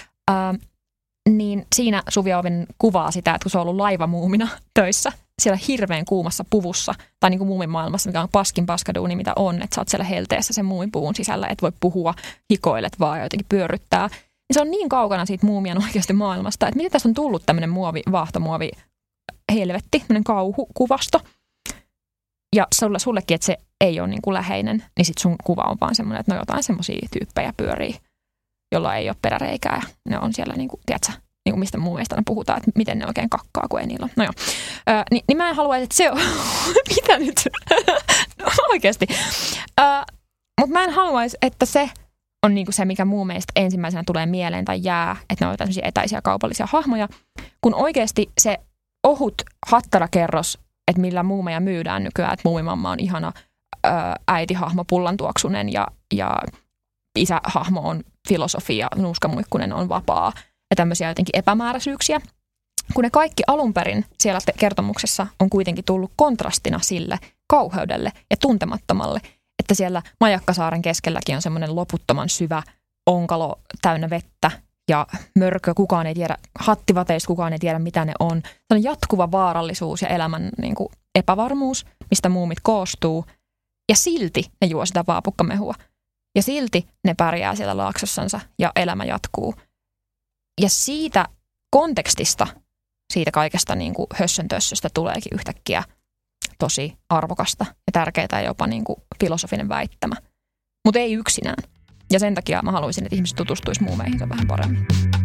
niin siinä Suvi Auvinen kuvaa sitä, että kun se on ollut laivamuumina töissä, siellä hirveän kuumassa puvussa, tai niin kuin muumimaailmassa, mikä on paskin paskaduuni, mitä on, että sä oot siellä helteessä sen muumipuun sisällä, et voi puhua, hikoilet vaan ja jotenkin pyörryttää. Niin se on niin kaukana siitä muumien oikeasti maailmasta, että miten tässä on tullut tämmöinen vaahtomuovi helvetti, tämmöinen kauhukuvasto. Ja sullekin, että se ei ole niin kuin läheinen, niin sit sun kuva on vaan semmoinen, että no jotain semmoisia tyyppejä pyörii, jolla ei ole peräreikää ja ne on siellä, niin kuin, tiedätkö, niin kuin mistä muumeista puhutaan, että miten ne oikein kakkaa, kun ei niillä ole. No joo. Niin mä en halua, että se on... Mitä nyt? No oikeasti. Mutta mä en haluaisi, että se on niinku se, mikä muumeista ensimmäisenä tulee mieleen tai jää, että ne on tämmöisiä etäisiä kaupallisia hahmoja, kun oikeasti se ohut hattarakerros, että millä muumeja myydään nykyään, että muumimamma on ihana äitihahmo pullantuoksunen ja isähahmo on filosofi ja nuuskamuikkunen on vapaa ja tämmöisiä jotenkin epämääräisyyksiä. Kun ne kaikki alun perin siellä kertomuksessa on kuitenkin tullut kontrastina sille kauheudelle ja tuntemattomalle, että siellä Majakkasaaren keskelläkin on semmoinen loputtoman syvä onkalo täynnä vettä ja mörkö, kukaan ei tiedä, hattivateista kukaan ei tiedä mitä ne on. Se on jatkuva vaarallisuus ja elämän niin kuin epävarmuus, mistä muumit koostuu ja silti ne juo sitä vaapukkamehua ja silti ne pärjää siellä laaksossansa ja elämä jatkuu. Ja siitä kontekstista, siitä kaikesta niin kuin hössöntössöstä tuleekin yhtäkkiä tosi arvokasta ja tärkeää ja jopa niin kuin filosofinen väittämä. Mutta ei yksinään. Ja sen takia mä haluaisin, että ihmiset tutustuisi muumeihin vähän paremmin.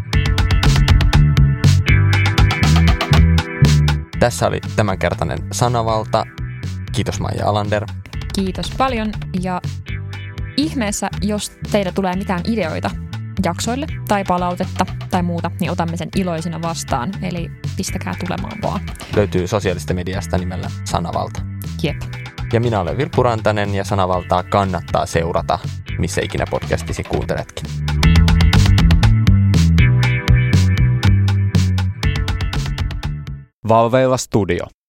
Tässä oli tämänkertainen Sanavalta. Kiitos Maija Alander. Kiitos paljon ja ihmeessä, jos teillä tulee mitään ideoita jaksoille tai palautetta tai muuta, niin otamme sen iloisina vastaan. Eli pistäkää tulemaan vaan. Löytyy sosiaalisesta mediasta nimellä Sanavalta. Jep. Ja minä olen Virppu Rantanen ja Sanavaltaa kannattaa seurata, missä ikinä podcastisi kuunteletkin. Valveilla Studio.